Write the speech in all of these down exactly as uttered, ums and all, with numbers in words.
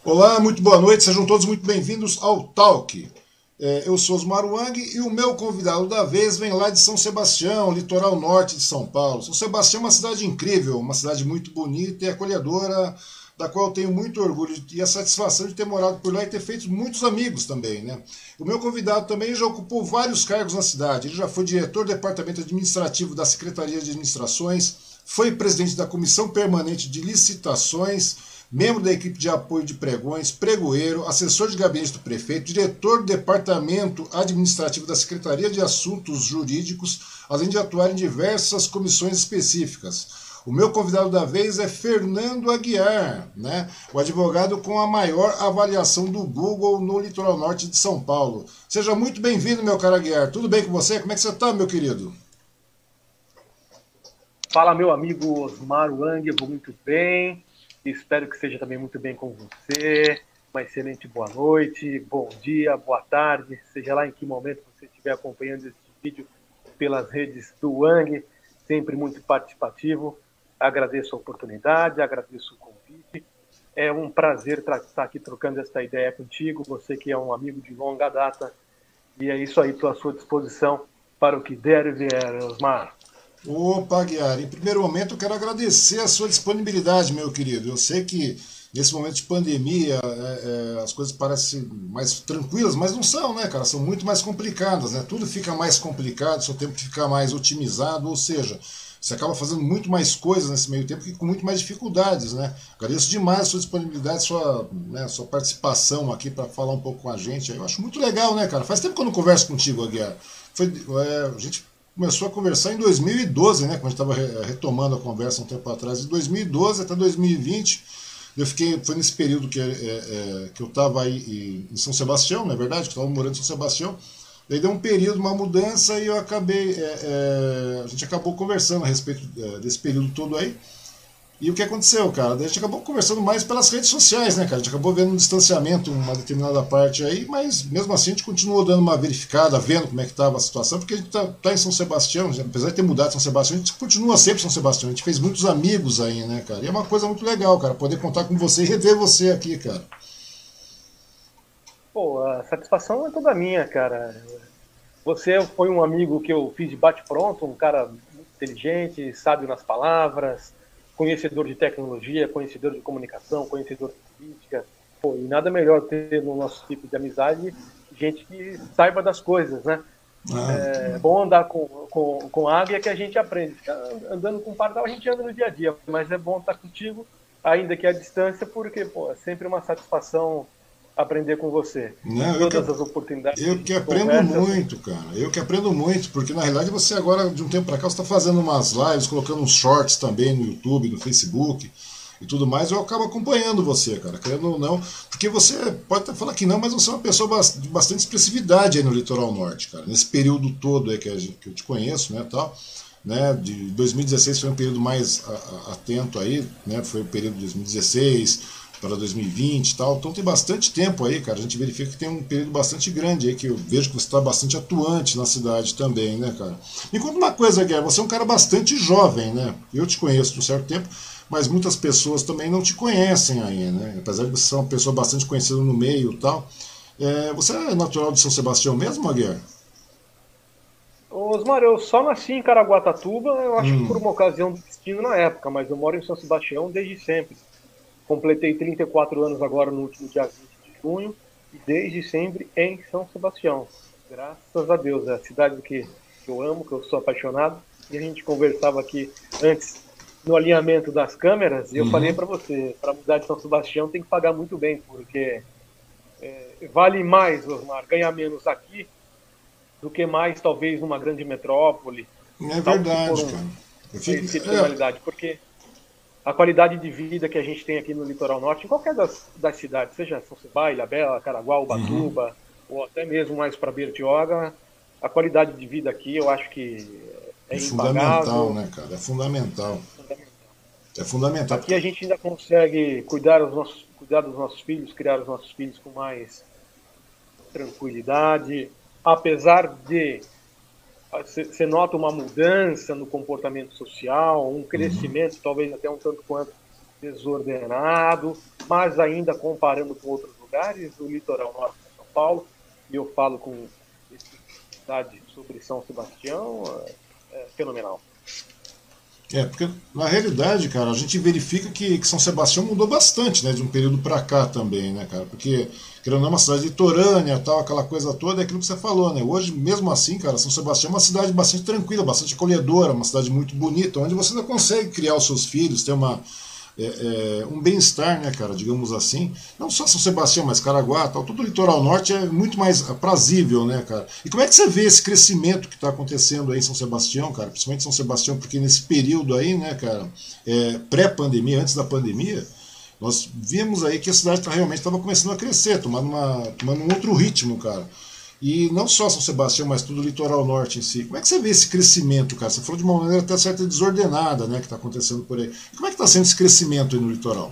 Olá, muito boa noite, sejam todos muito bem-vindos ao Talk. É, eu sou Osmar Wang e o meu convidado da vez vem lá de São Sebastião, litoral norte de São Paulo. São Sebastião é uma cidade incrível, uma cidade muito bonita e acolhedora, da qual eu tenho muito orgulho e a satisfação de ter morado por lá e ter feito muitos amigos também, né? O meu convidado também já ocupou vários cargos na cidade. Ele já foi diretor do departamento administrativo da Secretaria de Administrações, foi presidente da Comissão Permanente de Licitações, membro da equipe de apoio de pregões, pregoeiro, assessor de gabinete do prefeito, diretor do departamento administrativo da Secretaria de Assuntos Jurídicos, além de atuar em diversas comissões específicas. O meu convidado da vez é Fernando Aguiar, né? O advogado com a maior avaliação do Google no litoral norte de São Paulo. Seja muito bem-vindo, meu caro Aguiar. Tudo bem com você? Como é que você está, meu querido? Fala, meu amigo Osmar Wang, eu vou muito bem. Espero que seja também muito bem com você. Uma excelente boa noite, bom dia, boa tarde, seja lá em que momento você estiver acompanhando este vídeo pelas redes do Wang, sempre muito participativo. Agradeço a oportunidade, agradeço o convite. É um prazer estar aqui trocando esta ideia contigo, você que é um amigo de longa data. E é isso aí, estou à sua disposição para o que der e vier, Osmar. Opa, Aguiar, em primeiro momento eu quero agradecer a sua disponibilidade, meu querido. Eu sei que nesse momento de pandemia é, é, as coisas parecem mais tranquilas, mas não são, né, cara? São muito mais complicadas, né? Tudo fica mais complicado, seu tempo fica mais otimizado, ou seja, você acaba fazendo muito mais coisas nesse meio tempo e com muito mais dificuldades, né? Agradeço demais a sua disponibilidade, sua, né, sua participação aqui para falar um pouco com a gente. Eu acho muito legal, né, cara? Faz tempo que eu não converso contigo, Aguiar. Foi, é, a gente começou a conversar em dois mil e doze, né, quando a gente estava retomando a conversa um tempo atrás. De dois mil e doze até dois mil e vinte, eu fiquei, foi nesse período que, é, é, que eu estava aí em São Sebastião, não é verdade? Que eu estava morando em São Sebastião. Daí deu um período, uma mudança, e eu acabei, é, é, a gente acabou conversando a respeito desse período todo aí. E o que aconteceu, cara? Daí a gente acabou conversando mais pelas redes sociais, né, cara? A gente acabou vendo um distanciamento, uma determinada parte aí, mas mesmo assim a gente continuou dando uma verificada, vendo como é que estava a situação, porque a gente tá, tá em São Sebastião, apesar de ter mudado de São Sebastião, a gente continua sempre em São Sebastião, a gente fez muitos amigos aí, né, cara? E é uma coisa muito legal, cara, poder contar com você e rever você aqui, cara. Pô, a satisfação é toda minha, cara. Você foi um amigo que eu fiz de bate-pronto, um cara muito inteligente, sábio nas palavras, conhecedor de tecnologia, conhecedor de comunicação, conhecedor de política. Pô, e nada melhor ter no nosso tipo de amizade gente que saiba das coisas, né? Ah, É bom andar com, com, com águia que a gente aprende. Andando com pardal a gente anda no dia a dia, mas é bom estar contigo, ainda que à distância, porque pô, é sempre uma satisfação aprender com você. não, eu Todas que, as oportunidades que a eu que gente aprendo conversa. muito, cara. Eu que aprendo muito, porque na realidade você agora, de um tempo pra cá, você está fazendo umas lives, colocando uns shorts também no YouTube, no Facebook e tudo mais. Eu acabo acompanhando você, cara, querendo ou não, porque você pode até falar que não, mas você é uma pessoa de bastante expressividade aí no litoral norte, cara. Nesse período todo aí que, a gente, que eu te conheço, né, tal. Né, de dois mil e dezesseis foi um período mais a, a, atento aí, né, foi o período de dois mil e dezesseis para dois mil e vinte e tal, então tem bastante tempo aí, cara, a gente verifica que tem um período bastante grande aí, que eu vejo que você está bastante atuante na cidade também, né, cara. Me conta uma coisa, Guerra, você é um cara bastante jovem, né, eu te conheço de um certo tempo, mas muitas pessoas também não te conhecem aí, né, apesar de você ser uma pessoa bastante conhecida no meio e tal. É, você é natural de São Sebastião mesmo, Guerra? Osmar, eu só nasci em Caraguatatuba, eu acho que por Hum, uma ocasião do destino na época, mas eu moro em São Sebastião desde sempre. Completei trinta e quatro anos agora no último dia vinte de junho e desde sempre em São Sebastião. Graças a Deus, é a cidade que eu amo, que eu sou apaixonado. E a gente conversava aqui antes no alinhamento das câmeras e eu falei uhum. para você, para mudar de São Sebastião tem que pagar muito bem, porque é, vale mais, Osmar, ganhar menos aqui do que mais talvez numa grande metrópole, É salvo se for verdade, um, cara. Eu uma fico, é, excepcionalidade, porque a qualidade de vida que a gente tem aqui no litoral norte, em qualquer das, das cidades, seja São Sebastião, Ilhabela, Caraguá, uhum. Ubatuba, ou até mesmo mais para Bertioga, a qualidade de vida aqui eu acho que É é fundamental, impagável, né, cara? É fundamental. fundamental. É fundamental Aqui a porque. gente ainda consegue cuidar, os nossos, cuidar dos nossos filhos, criar os nossos filhos com mais tranquilidade, apesar de você nota uma mudança no comportamento social, um Uhum. crescimento, talvez até um tanto quanto desordenado, mas ainda comparando com outros lugares, o litoral norte de São Paulo, e eu falo com especificidade sobre São Sebastião, é, é fenomenal. É, porque na realidade, cara, a gente verifica que, que São Sebastião mudou bastante, né, de um período para cá também, né, cara, porque, querendo ou não, é uma cidade litorânea, tal, aquela coisa toda, é aquilo que você falou, né, hoje, mesmo assim, cara, São Sebastião é uma cidade bastante tranquila, bastante acolhedora, uma cidade muito bonita, onde você ainda consegue criar os seus filhos, ter uma, é, é, um bem-estar, né, cara, digamos assim, não só São Sebastião, mas Caraguá, tal, todo o litoral norte é muito mais aprazível, né, cara. E como é que você vê esse crescimento que está acontecendo aí em São Sebastião, cara, principalmente São Sebastião, porque nesse período aí, né, cara, é, pré-pandemia, antes da pandemia, nós vimos aí que a cidade tá, realmente estava começando a crescer, tomando, uma, tomando um outro ritmo, cara. E não só São Sebastião, mas todo o litoral norte em si. Como é que você vê esse crescimento, cara? Você falou de uma maneira até certa desordenada, né, que está acontecendo por aí. E como é que está sendo esse crescimento aí no litoral?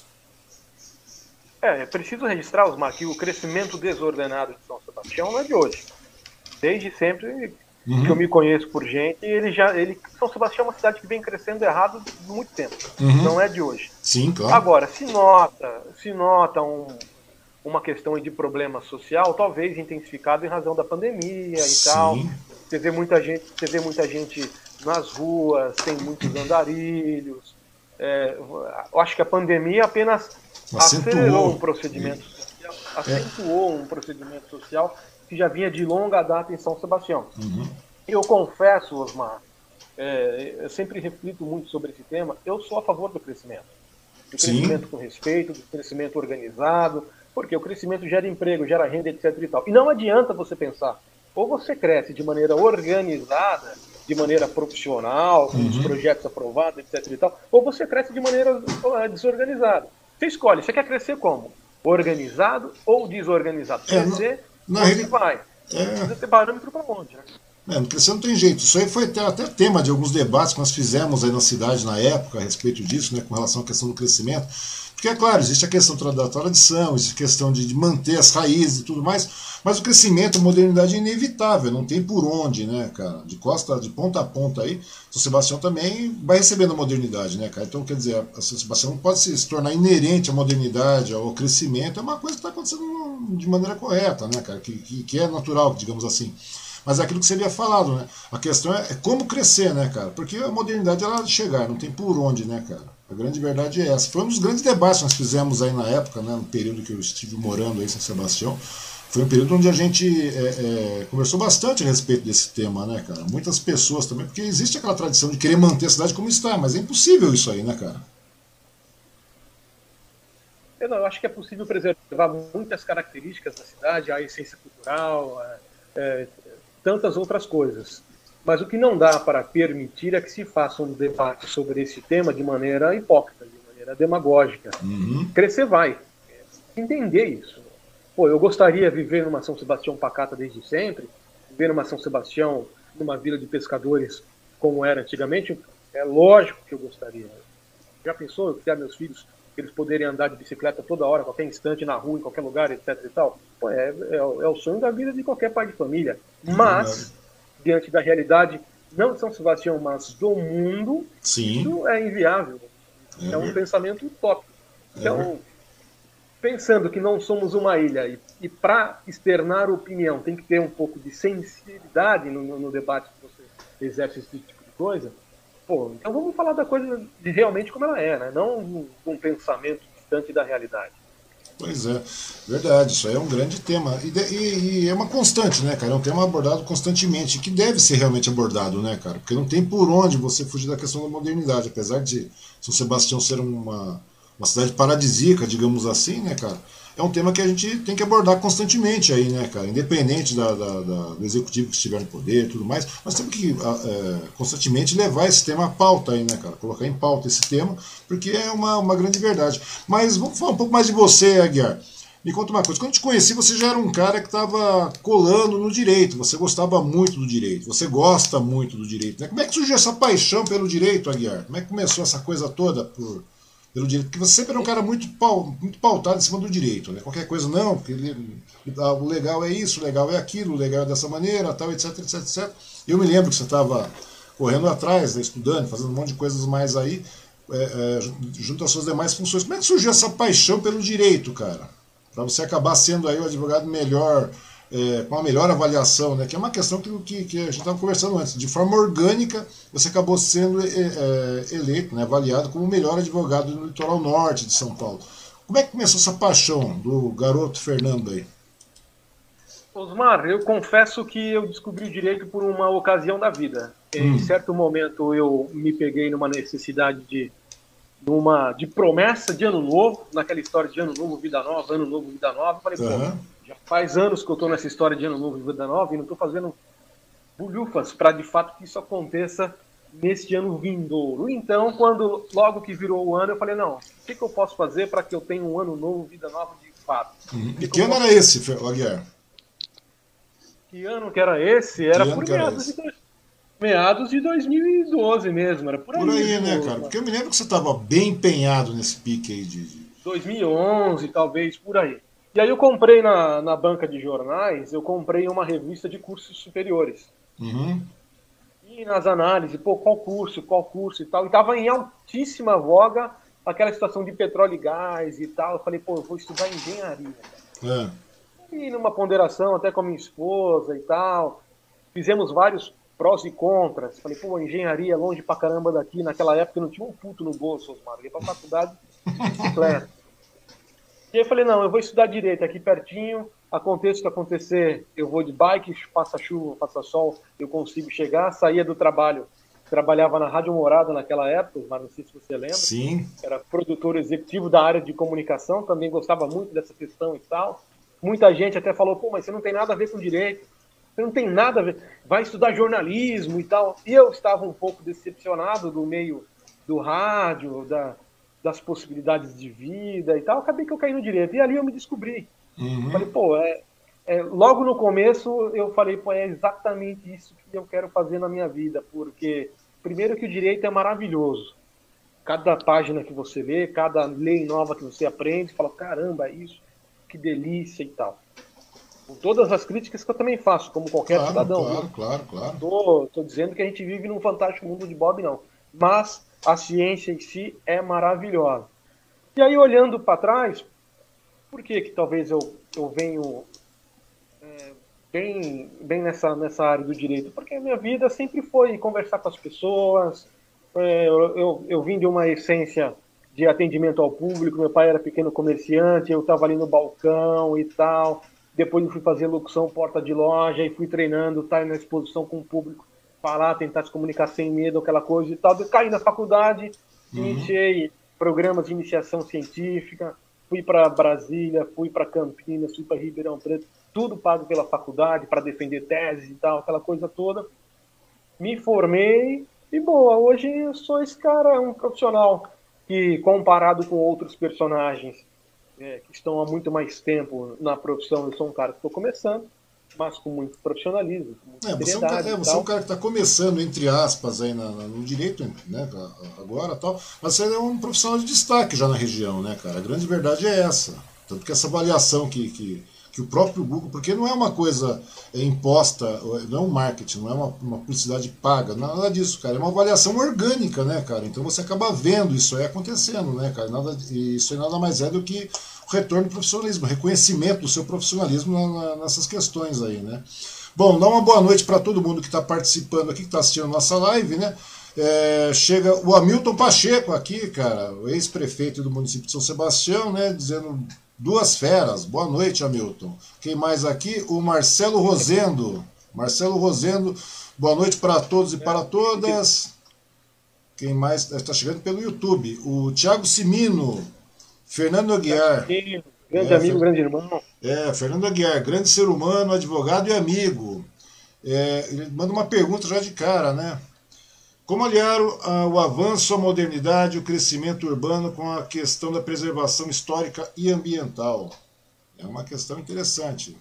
É, é preciso registrar, Osmar, que o crescimento desordenado de São Sebastião não é de hoje. Desde sempre uhum. que eu me conheço por gente, ele já, ele, São Sebastião é uma cidade que vem crescendo errado há muito tempo. Uhum. Não é de hoje. Sim, claro. Agora, se nota, se nota um... uma questão de problema social, talvez intensificado em razão da pandemia e Sim. tal. Você vê muita gente, você vê muita gente nas ruas, tem muitos andarilhos. É, eu acho que a pandemia apenas acentuou. acelerou um procedimento social, acentuou é. um procedimento social que já vinha de longa data em São Sebastião. Uhum. Eu confesso, Osmar, é, eu sempre reflito muito sobre esse tema, eu sou a favor do crescimento. Do crescimento Sim. com respeito, do crescimento organizado, porque o crescimento gera emprego, gera renda, etc e tal. E não adianta você pensar, ou você cresce de maneira organizada, de maneira profissional, com uhum. os projetos aprovados, etc e tal, ou você cresce de maneira desorganizada. Você escolhe, você quer crescer como? Organizado ou desorganizado? É, crescer, na, onde na vai? É... Precisa ter parâmetro para onde, né? É, crescer não tem jeito. Isso aí foi até, até tema de alguns debates que nós fizemos aí na cidade na época a respeito disso, né, com relação à questão do crescimento. Porque, é claro, existe a questão da tradição, existe a questão de, de manter as raízes e tudo mais, mas o crescimento, a modernidade é inevitável, não tem por onde, né, cara? De costa, de ponta a ponta aí, São Sebastião também vai recebendo a modernidade, né, cara? Então, quer dizer, a São Sebastião não pode se, se tornar inerente à modernidade, ao crescimento, é uma coisa que está acontecendo de maneira correta, né, cara? Que, que, que é natural, digamos assim. Mas é aquilo que você havia falado, né? A questão é, é como crescer, né, cara? Porque a modernidade ela de chegar, não tem por onde, né, cara? A grande verdade é essa. Foi um dos grandes debates que nós fizemos aí na época, né, no período que eu estive morando aí em São Sebastião. Foi um período onde a gente é, é, conversou bastante a respeito desse tema, né, cara? Muitas pessoas também, porque existe aquela tradição de querer manter a cidade como está, mas é impossível isso aí, né, cara? Eu, não, eu acho que é possível preservar muitas características da cidade, a essência cultural, é, é, tantas outras coisas. Mas o que não dá para permitir é que se faça um debate sobre esse tema de maneira hipócrita, de maneira demagógica. Uhum. Crescer vai. Entender isso. Pô, eu gostaria de viver numa São Sebastião pacata desde sempre, viver numa São Sebastião, numa vila de pescadores como era antigamente. É lógico que eu gostaria. Já pensou eu criar meus filhos, eles poderem andar de bicicleta toda hora, qualquer instante, na rua, em qualquer lugar, etc e tal? Pô, é, é, é o sonho da vida de qualquer pai de família. Mas, diante da realidade, não de São Sebastião, mas do mundo, Sim. isso é inviável. É, é um pensamento utópico. Então, é. pensando que não somos uma ilha e, e para externar opinião tem que ter um pouco de sensibilidade no, no, no debate que você exerce esse tipo de coisa, pô, então vamos falar da coisa de realmente como ela é, né? Não um, um pensamento distante da realidade. Pois é, verdade, isso aí é um grande tema. E, de, e, e é uma constante, né, cara? É um tema abordado constantemente, que deve ser realmente abordado, né, cara? Porque não tem por onde você fugir da questão da modernidade. Apesar de São Sebastião ser uma, uma cidade paradisíaca, digamos assim, né, cara? É um tema que a gente tem que abordar constantemente aí, né, cara? Independente da, da, da, do executivo que estiver no poder e tudo mais, nós temos que é, constantemente levar esse tema à pauta aí, né, cara? Colocar em pauta esse tema, porque é uma, uma grande verdade. Mas vamos falar um pouco mais de você, Aguiar. Me conta uma coisa, quando eu te conheci, você já era um cara que estava colando no direito, você gostava muito do direito, você gosta muito do direito, né? Como é que surgiu essa paixão pelo direito, Aguiar? Como é que começou essa coisa toda por... pelo direito, porque você sempre era um cara muito, muito pautado em cima do direito, né? Qualquer coisa não, porque ele, o legal é isso, o legal é aquilo, o legal é dessa maneira, tal, etc, etc, etcétera. Eu me lembro que você estava correndo atrás, né, estudando, fazendo um monte de coisas mais aí. é, é, junto às suas demais funções. Como é que surgiu essa paixão pelo direito, cara? Para você acabar sendo aí o advogado melhor, é, com a melhor avaliação, né? Que é uma questão que, que, que a gente estava conversando antes. De forma orgânica, você acabou sendo é, é, eleito, né, avaliado como o melhor advogado do litoral norte de São Paulo. Como é que começou essa paixão do garoto Fernando aí? Osmar, eu confesso que eu descobri o direito por uma ocasião da vida. Em Hum. certo momento eu me peguei numa necessidade de, numa, de promessa de ano novo, naquela história de ano novo, vida nova, ano novo, vida nova. Eu falei, Uhum. pô, já faz anos que eu estou nessa história de ano novo, vida nova, e não estou fazendo bulhufas para de fato que isso aconteça neste ano vindouro. Então, quando logo que virou o ano, eu falei, não, o que, que eu posso fazer para que eu tenha um ano novo, vida nova de fato? Uhum. Que E que que ano posso... era esse, Aguiar? Que ano que era esse? Era Que ano por que era meados esse? de, meados de dois mil e doze mesmo, era por aí. Por aí, né, viu? cara? Porque eu me lembro que você estava bem empenhado nesse pique aí de... de- dois mil e onze, talvez, por aí. E aí eu comprei na, na banca de jornais, eu comprei uma revista de cursos superiores. Uhum. E nas análises, pô, qual curso, qual curso e tal. E tava em altíssima voga aquela situação de petróleo e gás e tal. Eu falei, pô, eu vou estudar engenharia. É. E numa ponderação até com a minha esposa e tal, fizemos vários prós e contras. Falei, pô, engenharia longe pra caramba daqui. Naquela época eu não tinha um puto no bolso, Osmar. Eu ia pra faculdade de bicicleta. E aí eu falei, não, eu vou estudar direito aqui pertinho, aconteça o que acontecer, eu vou de bike, passa chuva, passa sol, eu consigo chegar. Saía do trabalho, trabalhava na Rádio Morada naquela época, mas não sei se você lembra. Sim. Era produtor executivo da área de comunicação, também gostava muito dessa questão e tal. Muita gente até falou, pô, mas você não tem nada a ver com direito, você não tem nada a ver, vai estudar jornalismo e tal. E eu estava um pouco decepcionado do meio do rádio, da... das possibilidades de vida e tal, acabei que eu caí no direito. E ali eu me descobri. Uhum. Falei, pô, é, é, logo no começo eu falei, pô, é exatamente isso que eu quero fazer na minha vida, porque, primeiro que o direito é maravilhoso. Cada página que você lê, cada lei nova que você aprende, fala, caramba, é isso, que delícia e tal. Com todas as críticas que eu também faço, como qualquer Claro, cidadão. claro, Viu? claro, claro. Tô, tô dizendo que a gente vive num fantástico mundo de Bob, não. Mas a ciência em si é maravilhosa. E aí, olhando para trás, por que que talvez eu, eu venho é, bem, bem nessa, nessa área do direito? Porque a minha vida sempre foi conversar com as pessoas, é, eu, eu, eu vim de uma essência de atendimento ao público, meu pai era pequeno comerciante, eu estava ali no balcão e tal, depois eu fui fazer locução porta de loja e fui treinando, estar na exposição com o público, falar, tentar se comunicar sem medo, aquela coisa e tal. Eu caí na faculdade, uhum. Iniciei programas de iniciação científica, fui para Brasília, fui para Campinas, fui para Ribeirão Preto, tudo pago pela faculdade para defender teses e tal, aquela coisa toda. Me formei e, boa, hoje eu sou esse cara, um profissional que, comparado com outros personagens é, que estão há muito mais tempo na profissão, eu sou um cara que estou começando, mas com muito profissionalismo. Com muita é, você é um cara, é, você é um cara que está começando, entre aspas, aí na, no direito, né, agora tal, mas você é um profissional de destaque já na região, né, cara? A grande verdade é essa. Tanto que essa avaliação que, que, que o próprio Google, porque não é uma coisa imposta, não é um marketing, não é uma, uma publicidade paga, nada disso, cara. É uma avaliação orgânica, né, cara? Então você acaba vendo isso aí acontecendo, né, cara? Nada, isso aí nada mais é do que o retorno do profissionalismo, reconhecimento do seu profissionalismo na, na, nessas questões aí, né? Bom, dá uma boa noite para todo mundo que está participando aqui, que está assistindo a nossa live, né? É, chega o Hamilton Pacheco aqui, cara, o ex-prefeito do município de São Sebastião, né? Dizendo duas feras. Boa noite, Hamilton. Quem mais aqui? O Marcelo Rosendo. Marcelo Rosendo, boa noite para todos e para todas. Quem mais? Está chegando pelo YouTube. O Thiago Simino. Fernando Aguiar. Grande é, amigo, Fer... grande irmão. É, Fernando Aguiar, grande ser humano, advogado e amigo. É, ele manda uma pergunta já de cara, né? Como aliar o, a, o avanço, a modernidade, o crescimento urbano com a questão da preservação histórica e ambiental? É uma questão interessante.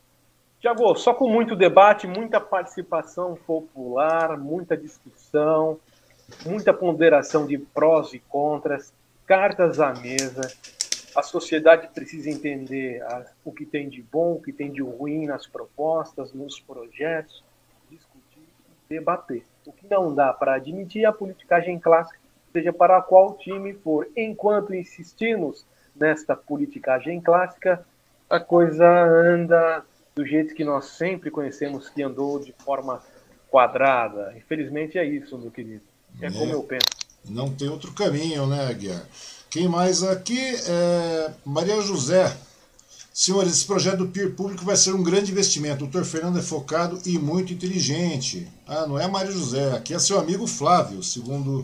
Tiago, só com muito debate, muita participação popular, muita discussão, muita ponderação de prós e contras, cartas à mesa. A sociedade precisa entender a, o que tem de bom, o que tem de ruim nas propostas, nos projetos, discutir e debater. O que não dá para admitir é a politicagem clássica seja para qual time for. Enquanto insistirmos nesta politicagem clássica, a coisa anda do jeito que nós sempre conhecemos, que andou de forma quadrada. Infelizmente é isso, meu querido. É, é como eu penso. Não tem outro caminho, né, Aguiar? Quem mais aqui? É Maria José. Senhores, esse projeto do P I R público vai ser um grande investimento. O doutor Fernando é focado e muito inteligente. Ah, não é a Maria José. Aqui é seu amigo Flávio, segundo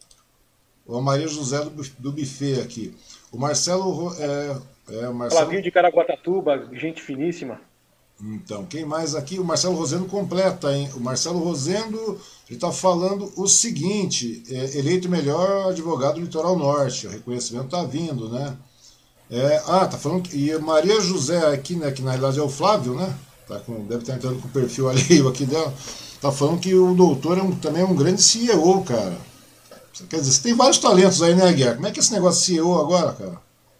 a Maria José do, do buffet aqui. O Marcelo... É, é, o Marcelo... Flavinho de Caraguatatuba, gente finíssima. Então, quem mais aqui? O Marcelo Rosendo completa, hein? O Marcelo Rosendo, ele está falando o seguinte, é, eleito melhor advogado do Litoral Norte, o reconhecimento está vindo, né? É, ah, tá falando, e Maria José aqui, né, que na realidade é o Flávio, né? Tá com, deve estar entrando com o perfil alheio aqui dela, tá falando que o doutor é um, também é um grande C E O, cara. Quer dizer, você tem vários talentos aí, né, Guilherme? Como é que é esse negócio de C E O agora, cara?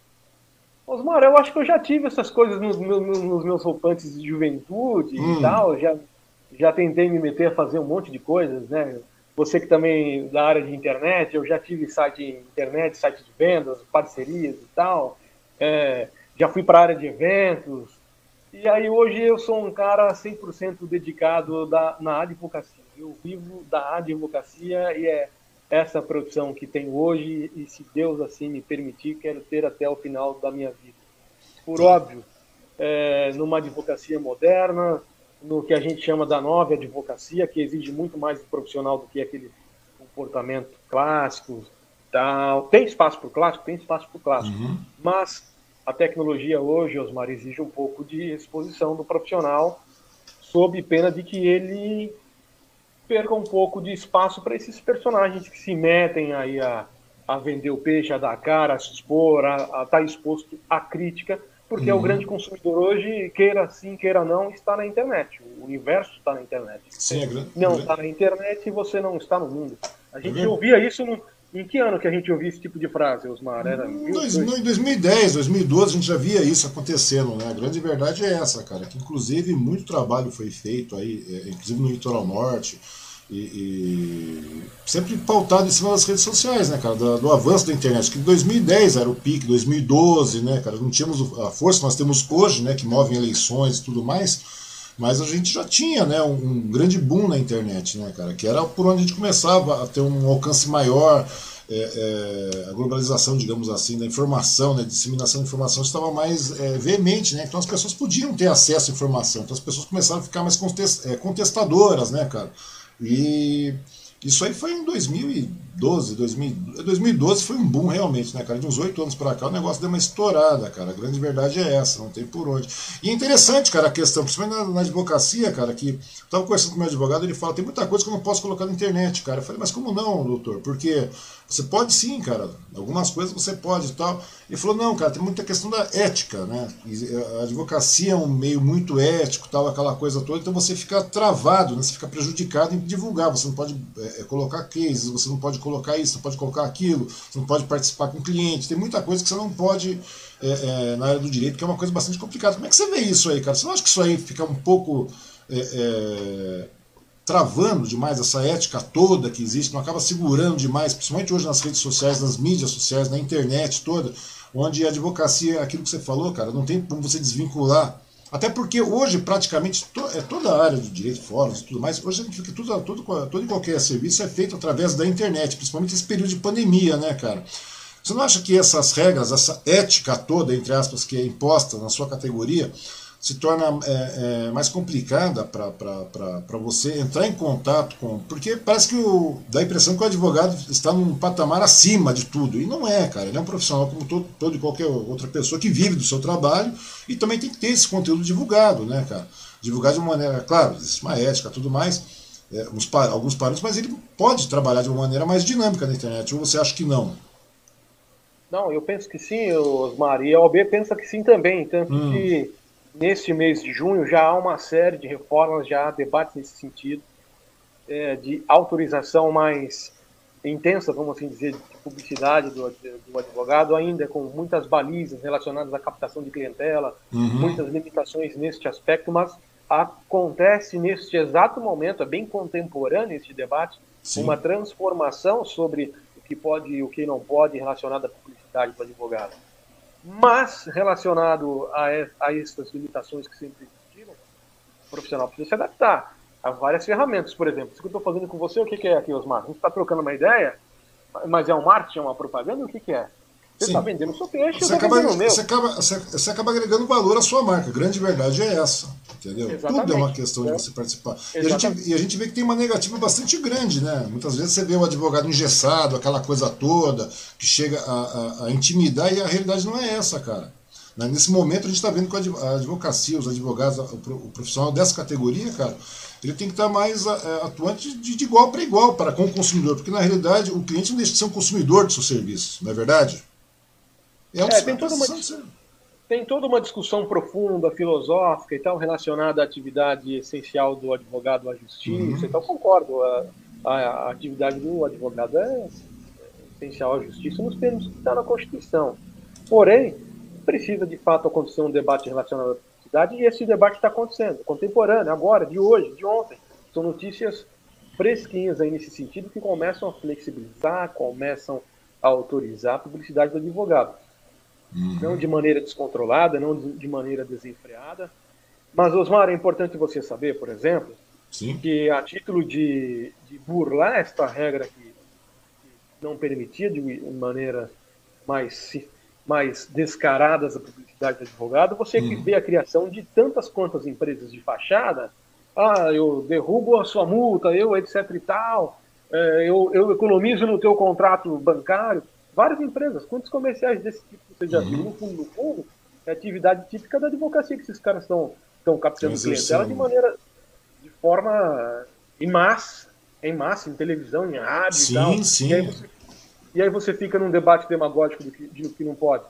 Osmar, eu acho que eu já tive essas coisas nos meus, nos meus roupantes de juventude hum. e tal, já, já tentei me meter a fazer um monte de coisas, né? Você que também da área de internet, eu já tive site internet, site de vendas, parcerias e tal, é, já fui para a área de eventos, e aí hoje eu sou um cara cem por cento dedicado da, na advocacia. Eu vivo da advocacia e é essa produção que tenho hoje, e se Deus assim me permitir, quero ter até o final da minha vida. Por óbvio, é, numa advocacia moderna, no que a gente chama da nova advocacia, que exige muito mais do profissional do que aquele comportamento clássico. Tal. Tem espaço para o clássico? Tem espaço para o clássico. Uhum. Mas a tecnologia hoje, Osmar, exige um pouco de exposição do profissional, sob pena de que ele perca um pouco de espaço para esses personagens que se metem aí a, a vender o peixe, a dar cara, a se expor, a estar tá exposto à crítica, porque uhum. o grande consumidor hoje, queira sim, queira não, está na internet. O universo está na internet. Sim, é grande. Não está na internet e você não está no mundo. A gente é ouvia isso no... Em que ano que a gente ouvia esse tipo de frase, Osmar? Era em dois mil e dez, dois mil e doze a gente já via isso acontecendo, né? A grande verdade é essa, cara, que inclusive muito trabalho foi feito aí, inclusive no Litoral Norte, e, e sempre pautado em cima das redes sociais, né, cara, do, do avanço da internet, que em dois mil e dez era o pique, dois mil e doze, né, cara, não tínhamos a força que nós temos hoje, né, que movem eleições e tudo mais, mas a gente já tinha, né, um, um grande boom na internet, né, cara, que era por onde a gente começava a ter um alcance maior, é, é, a globalização, digamos assim, da informação, né, a disseminação de informação estava mais é, veemente, né, então as pessoas podiam ter acesso à informação, então as pessoas começaram a ficar mais contest, é, contestadoras, né, cara, e isso aí foi em dois mil e doze, dois mil, dois mil e doze foi um boom realmente, né, cara? De uns oito anos para cá o negócio deu uma estourada, cara. A grande verdade é essa, não tem por onde. E é interessante, cara, a questão, principalmente na, na advocacia, cara, que eu tava conversando com o meu advogado, ele fala, tem muita coisa que eu não posso colocar na internet, cara. Eu falei, mas como não, doutor? Porque você pode sim, cara. Algumas coisas você pode e tal. Ele falou, não, cara, tem muita questão da ética, né? A advocacia é um meio muito ético, tal, aquela coisa toda, então você fica travado, né? Você fica prejudicado em divulgar, você não pode é, colocar cases, você não pode colocar isso, não pode colocar aquilo, você não pode participar com cliente, tem muita coisa que você não pode é, é, na área do direito, que é uma coisa bastante complicada. Como é que você vê isso aí, cara? Você não acha que isso aí fica um pouco é, é, travando demais essa ética toda que existe, não acaba segurando demais, principalmente hoje nas redes sociais, nas mídias sociais, na internet toda, onde a advocacia, aquilo que você falou, cara, não tem como você desvincular. Até porque hoje, praticamente, to, é toda a área do direito, fóruns e tudo mais, hoje a gente fica tudo, tudo, todo e qualquer serviço é feito através da internet, principalmente nesse período de pandemia, né, cara? Você não acha que essas regras, essa ética toda, entre aspas, que é imposta na sua categoria, se torna é, é, mais complicada para você entrar em contato com... Porque parece que o, dá a impressão que o advogado está num patamar acima de tudo. E não é, cara. Ele é um profissional como todo, todo e qualquer outra pessoa que vive do seu trabalho e também tem que ter esse conteúdo divulgado, né, cara? Divulgar de uma maneira... Claro, existe uma ética e tudo mais, é, uns, alguns parâmetros, mas ele pode trabalhar de uma maneira mais dinâmica na internet. Ou você acha que não? Não, eu penso que sim, Osmar. E a O A B pensa que sim também. Tanto hum. que... Neste mês de junho já há uma série de reformas, já há debates nesse sentido, é, de autorização mais intensa, vamos assim dizer, de publicidade do, do advogado, ainda com muitas balizas relacionadas à captação de clientela, uhum. muitas limitações neste aspecto, mas acontece neste exato momento, é bem contemporâneo este debate, sim. uma transformação sobre o que pode e o que não pode relacionado à publicidade do advogado. Mas, relacionado a, a essas limitações que sempre existiram, o profissional precisa se adaptar a várias ferramentas. Por exemplo, isso que eu estou fazendo com você, o que, que é aqui, Osmar? A gente está trocando uma ideia, mas é um marketing, é uma propaganda, o que, que é? Você está vendendo o seu peixe, você eu acaba, vendendo o meu. Você acaba, você, você acaba agregando valor à sua marca. A grande verdade é essa, entendeu? Exatamente. Tudo é uma questão é. de você participar. E a, gente, e a gente vê que tem uma negativa bastante grande, né? Muitas vezes você vê o advogado engessado, aquela coisa toda, que chega a, a, a intimidar, e a realidade não é essa, cara. Nesse momento a gente está vendo que a advocacia, os advogados, o profissional dessa categoria, cara, ele tem que estar mais atuante de, de igual para igual para com o consumidor, porque na realidade o cliente não deixa de ser um consumidor do seu serviço, não é verdade? É, um é tem, toda uma, tem toda uma discussão profunda, filosófica e tal, relacionada à atividade essencial do advogado à justiça, uhum. Então concordo, a, a, a atividade do advogado é essencial à justiça nos termos que está na Constituição. Porém, precisa de fato acontecer um debate relacionado à publicidade, e esse debate está acontecendo, contemporâneo, agora, de hoje, de ontem. São notícias fresquinhas aí nesse sentido que começam a flexibilizar, começam a autorizar a publicidade do advogado. Uhum. Não de maneira descontrolada, não de maneira desenfreada. Mas, Osmar, é importante você saber, por exemplo, Sim. que a título de, de burlar esta regra que, que não permitia de maneira mais, mais descarada a publicidade do advogado, você uhum. vê a criação de tantas quantas empresas de fachada. Ah, eu derrubo a sua multa, eu, etc e tal, eu, eu economizo no teu contrato bancário. Várias empresas, quantos comerciais desse tipo você já viu? Uhum. No fundo, no fundo, é atividade típica da advocacia que esses caras estão captando clientela de maneira, de forma em massa, em massa, em televisão, em rádio sim, e tal. Sim. E aí, você, e aí você fica num debate demagógico do que, de que não pode.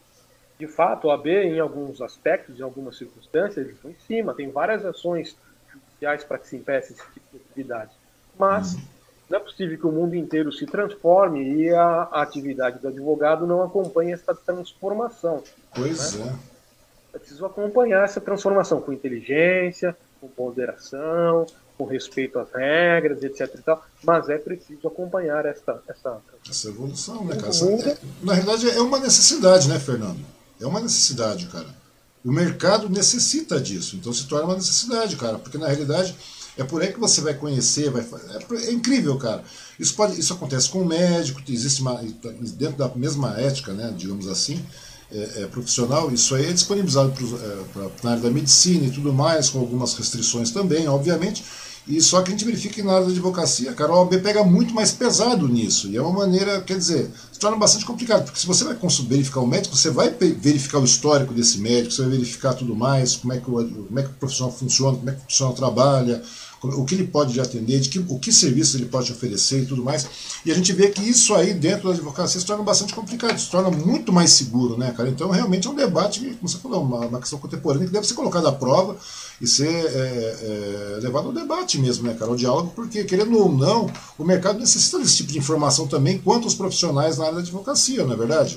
De fato, a O A B, em alguns aspectos, em algumas circunstâncias, eles estão em cima, tem várias ações judiciais para que se impeça esse tipo de atividade. Mas uhum. não é possível que o mundo inteiro se transforme e a atividade do advogado não acompanhe essa transformação. Pois né? é. É preciso acompanhar essa transformação com inteligência, com ponderação, com respeito às regras, etc e tal, mas é preciso acompanhar essa... Essa, essa evolução, né, cara? É, na realidade é uma necessidade, né, Fernando? É uma necessidade, cara. O mercado necessita disso, então se torna uma necessidade, cara, porque na realidade... É por aí que você vai conhecer, vai, é, é incrível, cara. Isso, pode, isso acontece com o médico, existe uma, dentro da mesma ética, né, digamos assim, é, é, profissional, isso aí é disponibilizado pro, é, pra, na área da medicina e tudo mais, com algumas restrições também, obviamente. E só que a gente verifica que na área da advocacia, cara, a O A B pega muito mais pesado nisso. E é uma maneira, quer dizer, se torna bastante complicado, porque se você vai verificar o médico, você vai verificar o histórico desse médico, você vai verificar tudo mais, como é que o, como é que o profissional funciona, como é que o profissional trabalha, o que ele pode atender, de que, o que serviço ele pode oferecer e tudo mais. E a gente vê que isso aí dentro da advocacia se torna bastante complicado, se torna muito mais seguro, né, cara? Então realmente é um debate, como você falou, uma, uma questão contemporânea que deve ser colocada à prova e ser é, é, levado ao debate mesmo, né, cara? Ao diálogo, porque, querendo ou não, o mercado necessita desse tipo de informação também, quanto os profissionais na área da advocacia, não é verdade?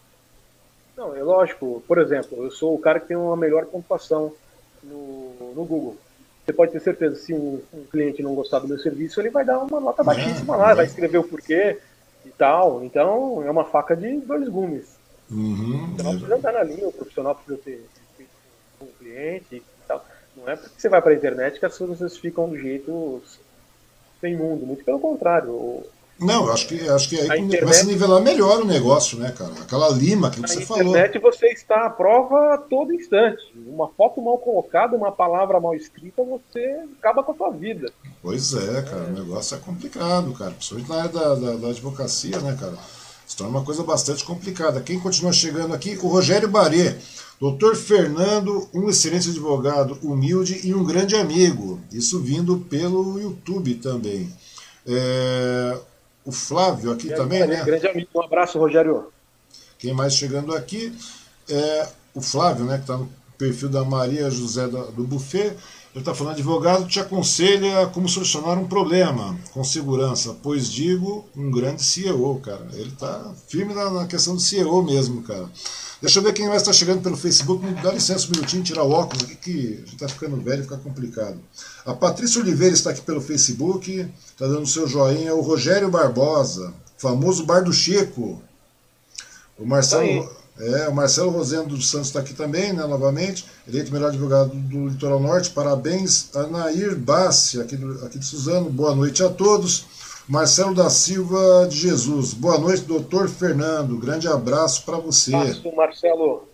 Não, é lógico. Por exemplo, eu sou o cara que tem uma melhor pontuação no, no Google. Você pode ter certeza, se um, um cliente não gostar do meu serviço, ele vai dar uma nota baixíssima é, lá, é. vai escrever o porquê e tal. Então, é uma faca de dois gumes. Uhum, o profissional é. precisa andar na linha, o profissional precisa ter respeito com o cliente e tal. Não é porque você vai para a internet que as coisas ficam do jeito sem mundo, muito pelo contrário. Não, eu acho que, acho que aí internet, vai se nivelar melhor o negócio, né, cara? Aquela lima que você falou. Na internet você está à prova a todo instante. Uma foto mal colocada, uma palavra mal escrita, você acaba com a sua vida. Pois é, cara, é. o negócio é complicado, cara. Principalmente na área da, da, da advocacia, né, cara? Se torna uma coisa bastante complicada. Quem continua chegando aqui? O Rogério Barê. doutor Fernando, um excelente advogado, humilde e um grande amigo. Isso vindo pelo YouTube também. É... O Flávio aqui grande, também, né? Grande amigo, um abraço, Rogério. Quem mais chegando aqui é o Flávio, né? Que está no perfil da Maria José do Buffet. Ele está falando: advogado te aconselha como solucionar um problema com segurança, pois digo, um grande C E O, cara. Ele está firme na, na questão do C E O mesmo, cara. Deixa eu ver quem mais está chegando pelo Facebook. Me dá licença um minutinho, tirar o óculos aqui, que a gente está ficando velho e fica complicado. A Patrícia Oliveira está aqui pelo Facebook, está dando seu joinha. O Rogério Barbosa, famoso Bar do Chico. O Marcelo, é, o Marcelo Rosendo dos Santos está aqui também, né, novamente. Eleito melhor advogado do Litoral Norte. Parabéns, Anair Bassi, aqui, do, aqui de Suzano. Boa noite a todos. Marcelo da Silva de Jesus. Boa noite, doutor Fernando. Grande abraço para você. Abraço, Marcelo.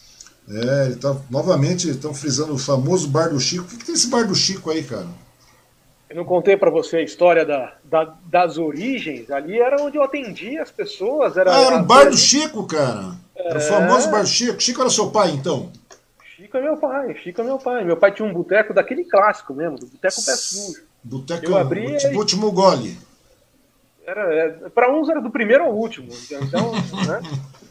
É, ele tá, novamente estão frisando o famoso Bar do Chico. O que, que tem esse Bar do Chico aí, cara? Eu não contei para você a história da, da, das origens. Ali era onde eu atendia as pessoas. Era, ah, era o Bar ali... do Chico, cara. Era é... o famoso Bar do Chico. Chico era seu pai, então? Chico é meu pai, Chico é meu pai. Meu pai tinha um boteco daquele clássico mesmo, do boteco pé sujo. Boteco, tipo o último gole. Era, é, para uns era do primeiro ao último. Então, né?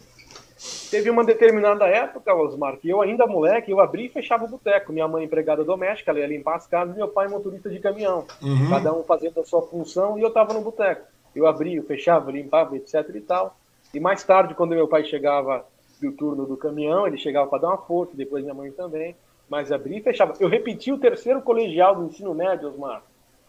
Teve uma determinada época, Osmar, que eu ainda moleque, eu abria e fechava o boteco. Minha mãe empregada doméstica, ela ia limpar as casas, e meu pai motorista de caminhão. Uhum. Cada um fazendo a sua função, e eu estava no boteco. Eu abria, eu fechava, limpava, etc e tal. E mais tarde, quando meu pai chegava do turno do caminhão, ele chegava para dar uma força, depois minha mãe também, mas abria e fechava. Eu repeti o terceiro colegial do ensino médio, Osmar,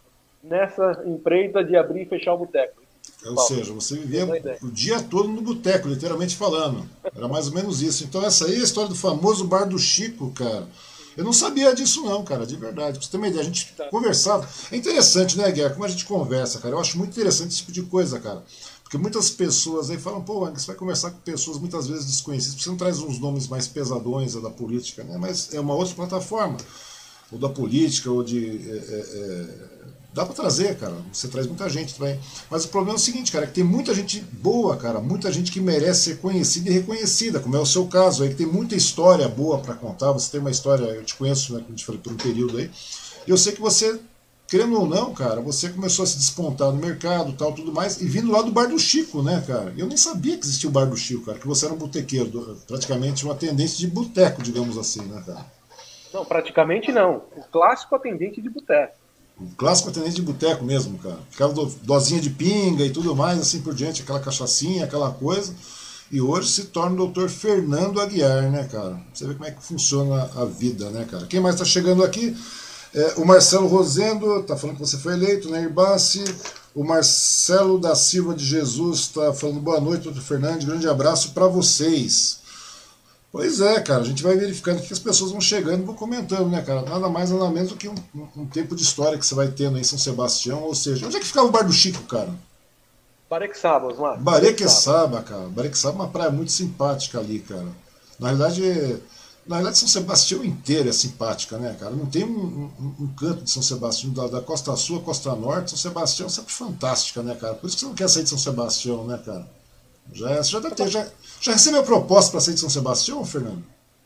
nessa empreita de abrir e fechar o boteco. Ou Paulo, seja, você vivia o dia todo no boteco, literalmente falando. Era mais ou menos isso. Então essa aí é a história do famoso Bar do Chico, cara. Eu não sabia disso não, cara, de verdade. Pra você ter uma ideia, a gente tá. conversava. É interessante, né, Guerra, como a gente conversa, cara. Eu acho muito interessante esse tipo de coisa, cara. Porque muitas pessoas aí falam, pô, você vai conversar com pessoas muitas vezes desconhecidas, você não traz uns nomes mais pesadões da política, né? Mas é uma outra plataforma. Ou da política, ou de... É, é, dá pra trazer, cara. Você traz muita gente também. Mas o problema é o seguinte, cara, é que tem muita gente boa, cara. Muita gente que merece ser conhecida e reconhecida, como é o seu caso aí, que tem muita história boa pra contar. Você tem uma história, eu te conheço, né, como a gente falou, por um período aí. E eu sei que você, querendo ou não, cara, você começou a se despontar no mercado, tal, tudo mais, e vindo lá do Bar do Chico, né, cara? Eu nem sabia que existia o Bar do Chico, cara, que você era um botequeiro, praticamente uma atendente de boteco, digamos assim, né, cara? Não, praticamente não. O clássico atendente de boteco. O clássico atendente de boteco mesmo, cara. Ficava do, dosinha de pinga e tudo mais, assim por diante, aquela cachaçinha, aquela coisa. E hoje se torna o doutor Fernando Aguiar, né, cara? Você vê como é que funciona a vida, né, cara? Quem mais tá chegando aqui? É, o Marcelo Rosendo, tá falando que você foi eleito, né, Irbassi? O Marcelo da Silva de Jesus tá falando boa noite, doutor Fernando. Grande abraço para vocês. Pois é, cara, a gente vai verificando que as pessoas vão chegando e vão comentando, né, cara? Nada mais, nada menos do que um, um, um tempo de história que você vai tendo aí em São Sebastião, ou seja, onde é que ficava o Bar do Chico, cara? Barequçaba, Osmar. Barequçaba, cara. Barequçaba é uma praia muito simpática ali, cara. Na realidade, na realidade São Sebastião inteiro é simpática, né, cara? Não tem um, um, um canto de São Sebastião, da, da Costa Sul à Costa Norte, São Sebastião é sempre fantástica, né, cara? Por isso que você não quer sair de São Sebastião, né, cara? Já, você já, deve ter, já, já recebeu proposta para sair de São Sebastião, Fernando?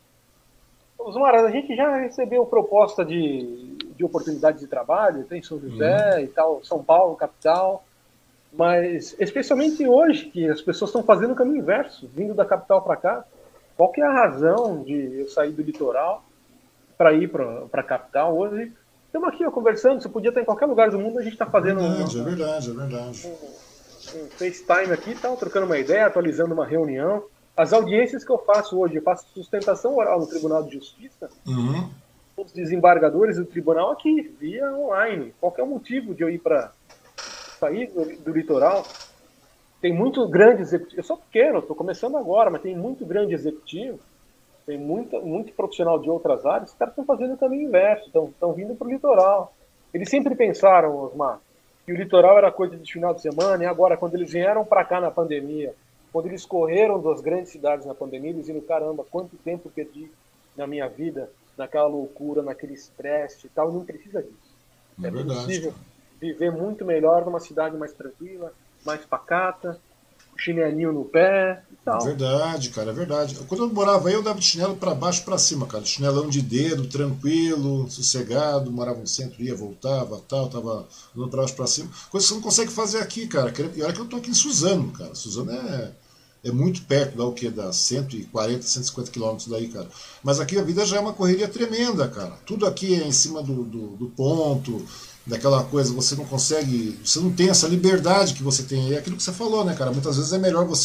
Osmar, a gente já recebeu proposta de, de oportunidade de trabalho, tem São José uhum. e tal, São Paulo, capital, mas especialmente hoje, que as pessoas estão fazendo o caminho inverso, vindo da capital para cá. Qual que é a razão de eu sair do litoral para ir para a capital hoje? Estamos aqui ó, conversando, você podia estar em qualquer lugar do mundo, a gente está fazendo... É verdade, uma, é verdade, é verdade. Um, um FaceTime aqui, tal, trocando uma ideia, atualizando uma reunião. As audiências que eu faço hoje, eu faço sustentação oral no Tribunal de Justiça, uhum. os desembargadores do tribunal aqui, via online. Qual que é o motivo de eu ir para sair do, do litoral? Tem muito grande executivo, eu sou pequeno, estou começando agora, mas tem muito grande executivo, tem muito, muito profissional de outras áreas, os caras estão fazendo o caminho inverso, estão vindo para o litoral. Eles sempre pensaram, Osmar, que o litoral era coisa de final de semana, e agora, quando eles vieram para cá na pandemia, quando eles correram das grandes cidades na pandemia, eles viram, caramba, quanto tempo eu perdi na minha vida, naquela loucura, naquele estresse e tal, e não precisa disso. É, é verdade, possível cara. Viver muito melhor numa cidade mais tranquila, mais pacata, chinelinho no pé e tal. É verdade, cara, é verdade. Quando eu morava aí, eu dava de chinelo para baixo para cima, cara. Chinelão de dedo, tranquilo, sossegado, morava no centro, ia, voltava, tal, tava andando para baixo para cima. Coisa que você não consegue fazer aqui, cara. E olha que eu tô aqui em Suzano, cara. Suzano é, é muito perto, dá o quê? Dá cento e quarenta, cento e cinquenta quilômetros daí, cara. Mas aqui a vida já é uma correria tremenda, cara. Tudo aqui é em cima do, do, do ponto, daquela coisa, você não consegue, você não tem essa liberdade que você tem aí, é aquilo que você falou, né, cara? Muitas vezes é melhor você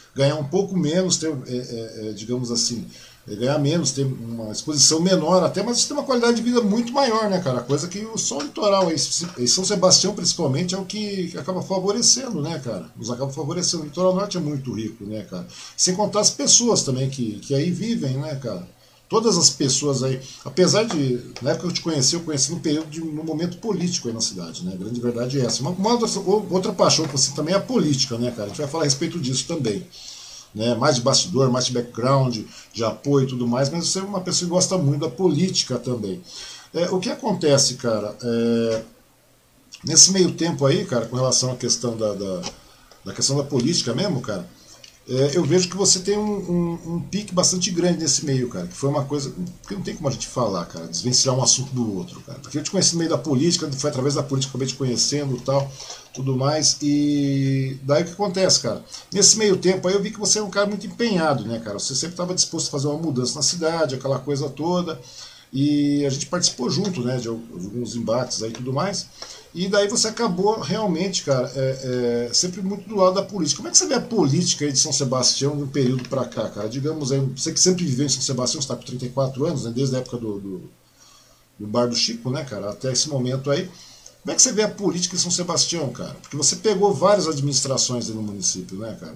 ganhar um pouco menos, ter, é, é, é, digamos assim, é, ganhar menos, ter uma exposição menor até, mas tem uma qualidade de vida muito maior, né, cara? Coisa que o só o litoral aí, em São Sebastião principalmente, é o que acaba favorecendo, né, cara? Nos acaba favorecendo. O litoral norte é muito rico, né, cara? Sem contar as pessoas também que, que aí vivem, né, cara? Todas as pessoas aí, apesar de, na época que eu te conheci, eu conheci no período de no momento político aí na cidade, né? A grande verdade é essa. Uma, uma outra, outra paixão que você também é a política, né, cara? A gente vai falar a respeito disso também. Né? Mais de bastidor, mais de background, de apoio e tudo mais, mas você é uma pessoa que gosta muito da política também. É, o que acontece, cara, é, nesse meio tempo aí, cara, com relação à questão da, da, da questão da política mesmo, cara, É, eu vejo que você tem um, um, um pique bastante grande nesse meio, cara, que foi uma coisa que não tem como a gente falar, cara, desvencilhar um assunto do outro, cara, porque eu te conheci no meio da política, foi através da política que eu acabei te conhecendo e tal, tudo mais, e daí o que acontece, cara, nesse meio tempo aí eu vi que você é um cara muito empenhado, né, cara, você sempre estava disposto a fazer uma mudança na cidade, aquela coisa toda, e a gente participou junto, né, de alguns embates aí e tudo mais. E daí você acabou realmente, cara, é, é, sempre muito do lado da política. Como é que você vê a política aí de São Sebastião de um período para cá, cara? Digamos aí, você que sempre viveu em São Sebastião, você está com trinta e quatro anos, né, desde a época do, do, do Bar do Chico, né, cara, até esse momento aí. Como é que você vê a política em São Sebastião, cara? Porque você pegou várias administrações aí no município, né, cara?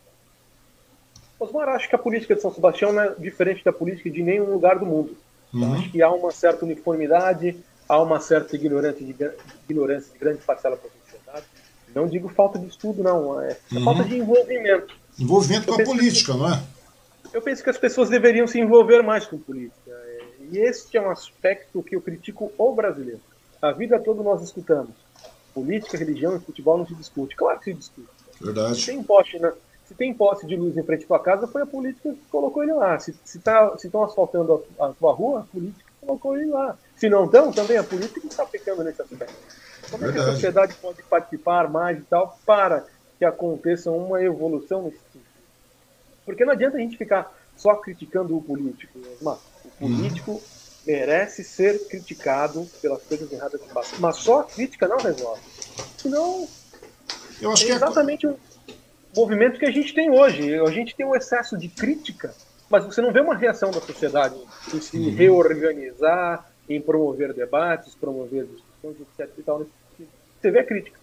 Osmar, acho que a política de São Sebastião não é diferente da política de nenhum lugar do mundo. Uhum. Acho que há uma certa uniformidade, há uma certa ignorância de, ignorância de grande parcela da sociedade. Não digo falta de estudo, não. É, é uhum. falta de envolvimento. Envolvimento eu com a política, que, não é? Eu penso que as pessoas deveriam se envolver mais com política. E este é um aspecto que eu critico o brasileiro. A vida toda nós escutamos. Política, religião e futebol não se discute. Claro que se discute. Verdade. Se tem poste, né? Se tem poste de luz em frente à tua casa, foi a política que colocou ele lá. Se estão se tá, se asfaltando a, a tua rua, a política colocou ele lá. Se não estão, também a política está pecando nesse aspecto. Como é que a sociedade pode participar mais e tal para que aconteça uma evolução nesse sentido? Porque não adianta a gente ficar só criticando o político. Mas o político hum. merece ser criticado pelas coisas erradas que passam. Mas só a crítica não resolve. Senão, Eu acho é que exatamente o é... movimento que a gente tem hoje. A gente tem um excesso de crítica, mas você não vê uma reação da sociedade em se uhum. reorganizar, em promover debates, promover discussões, etc e tal. Você vê a crítica.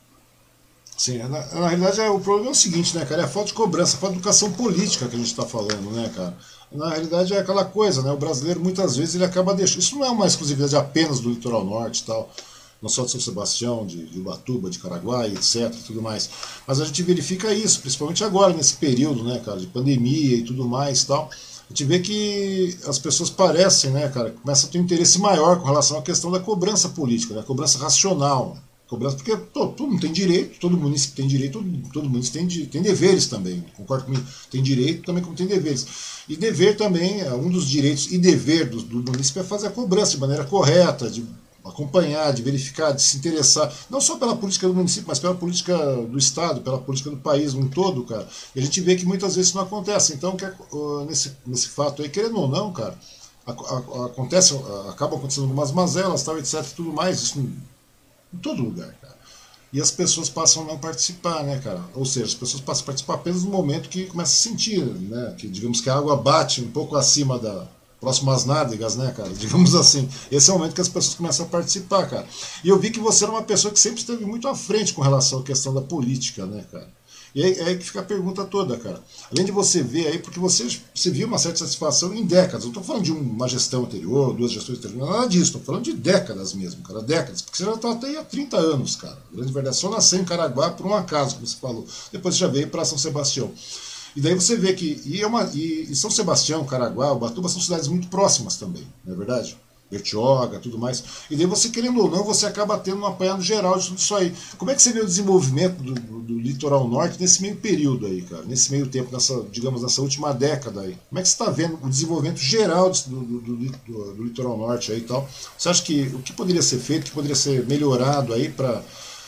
Sim, na, na realidade é, o problema é o seguinte, né, cara? É a falta de cobrança, a falta de educação política que a gente está falando, né, cara? Na realidade é aquela coisa, né? O brasileiro muitas vezes ele acaba deixando. Isso não é uma exclusividade apenas do litoral norte e tal, não só de São Sebastião, de, de Ubatuba, de Caraguá, etc e tudo mais. Mas a gente verifica isso, principalmente agora, nesse período, né, cara, de pandemia e tudo mais e tal. A gente vê que as pessoas parecem, né, cara, começam a ter um interesse maior com relação à questão da cobrança política, da cobrança racional. Cobrança, porque todo, todo mundo tem direito, todo município tem direito, todo, todo município tem, tem deveres também, concordo comigo, tem direito também como tem deveres. E dever também, um dos direitos e dever do, do município é fazer a cobrança de maneira correta, de acompanhar, de verificar, de se interessar, não só pela política do município, mas pela política do Estado, pela política do país no todo, cara. E a gente vê que muitas vezes isso não acontece. Então, que, uh, nesse, nesse fato aí, querendo ou não, cara, a, a, acontece, a, acabam acontecendo algumas mazelas, tal, etc, tudo mais, isso em todo lugar, cara. E as pessoas passam a não participar, né, cara? Ou seja, as pessoas passam a participar apenas no momento que começa a sentir, né? Que digamos que a água bate um pouco acima da próximo às nádegas, né, cara? Digamos assim. Esse é o momento que as pessoas começam a participar, cara. E eu vi que você era uma pessoa que sempre esteve muito à frente com relação à questão da política, né, cara? E aí, é aí que fica a pergunta toda, cara. Além de você ver aí, porque você, você viu uma certa satisfação em décadas. Eu não estou falando de uma gestão anterior, duas gestões anteriores, nada disso. Estou falando de décadas mesmo, cara. Décadas. Porque você já está até aí há trinta anos, cara. A grande verdade, só nasceu em Caraguá por um acaso, como você falou. Depois você já veio para São Sebastião. E daí você vê que e, é uma, e, e São Sebastião, Caraguá, Ubatuba são cidades muito próximas também, não é verdade? Bertioga, tudo mais. E daí você, querendo ou não, você acaba tendo um apanhado geral de tudo isso aí. Como é que você vê o desenvolvimento do, do, do litoral norte nesse meio período aí, cara? Nesse meio tempo, nessa, digamos, nessa última década aí? Como é que você está vendo o desenvolvimento geral do, do, do, do, do litoral norte aí e tal? Você acha que o que poderia ser feito, o que poderia ser melhorado aí para...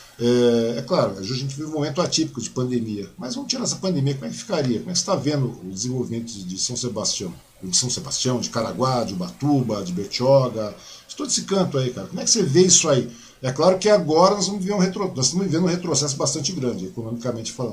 É, é claro, a gente vive um momento atípico de pandemia, mas vamos tirar essa pandemia, como é que ficaria? Como é que você está vendo o desenvolvimento de São Sebastião? De São Sebastião, de Caraguá, de Ubatuba, de Bertioga, de todo esse canto aí, cara. Como é que você vê isso aí? É claro que agora nós vamos viver um, retro... nós estamos vivendo um retrocesso bastante grande, economicamente falando.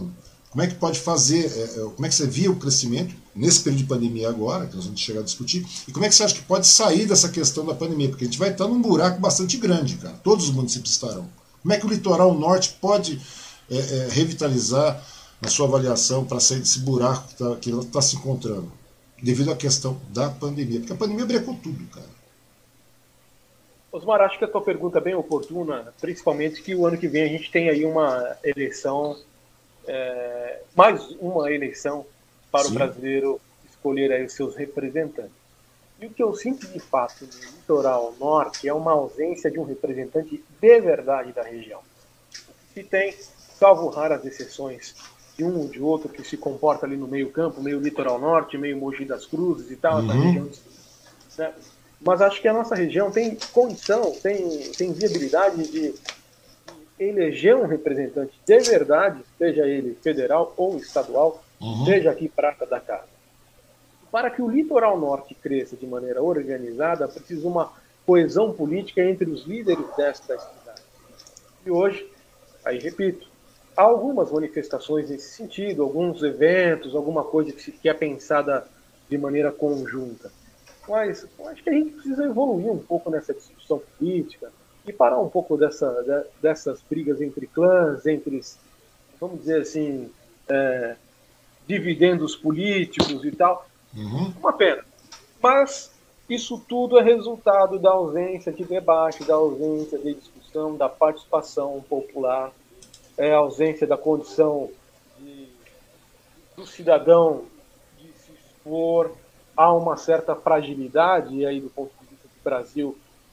Como é que pode fazer, é, como é que você via o crescimento nesse período de pandemia agora, que nós vamos chegar a discutir, e como é que você acha que pode sair dessa questão da pandemia? Porque a gente vai estar num buraco bastante grande, cara. Todos os municípios estarão. Como é que o litoral norte pode é, é, revitalizar, na sua avaliação, para sair desse buraco que, tá, que ela está se encontrando, devido à questão da pandemia? Porque a pandemia brecou tudo, cara. Osmar, acho que a tua pergunta é bem oportuna, principalmente que o ano que vem a gente tem aí uma eleição, é, mais uma eleição para Sim. o brasileiro escolher aí os seus representantes. E o que eu sinto de fato no litoral norte é uma ausência de um representante de verdade da região. Se tem, salvo raras exceções, de um ou de outro que se comporta ali no meio campo, meio litoral norte, meio Mogi das Cruzes e tal, uhum. essa região, né? Mas acho que a nossa região tem condição, tem, tem viabilidade de eleger um representante de verdade, seja ele federal ou estadual, uhum. seja aqui prata da casa. Para que o litoral norte cresça de maneira organizada, precisa uma coesão política entre os líderes desta cidade. E hoje, aí repito, há algumas manifestações nesse sentido, alguns eventos, alguma coisa que, se, que é pensada de maneira conjunta. Mas eu acho que a gente precisa evoluir um pouco nessa discussão política e parar um pouco dessa, de, dessas brigas entre clãs, entre, vamos dizer assim, é, dividendos políticos e tal. Uhum. Uma pena. Mas isso tudo é resultado da ausência de debate, da ausência de discussão, da participação popular, é a ausência da condição de, do cidadão de se expor. Há uma certa fragilidade aí do ponto de vista do Brasil,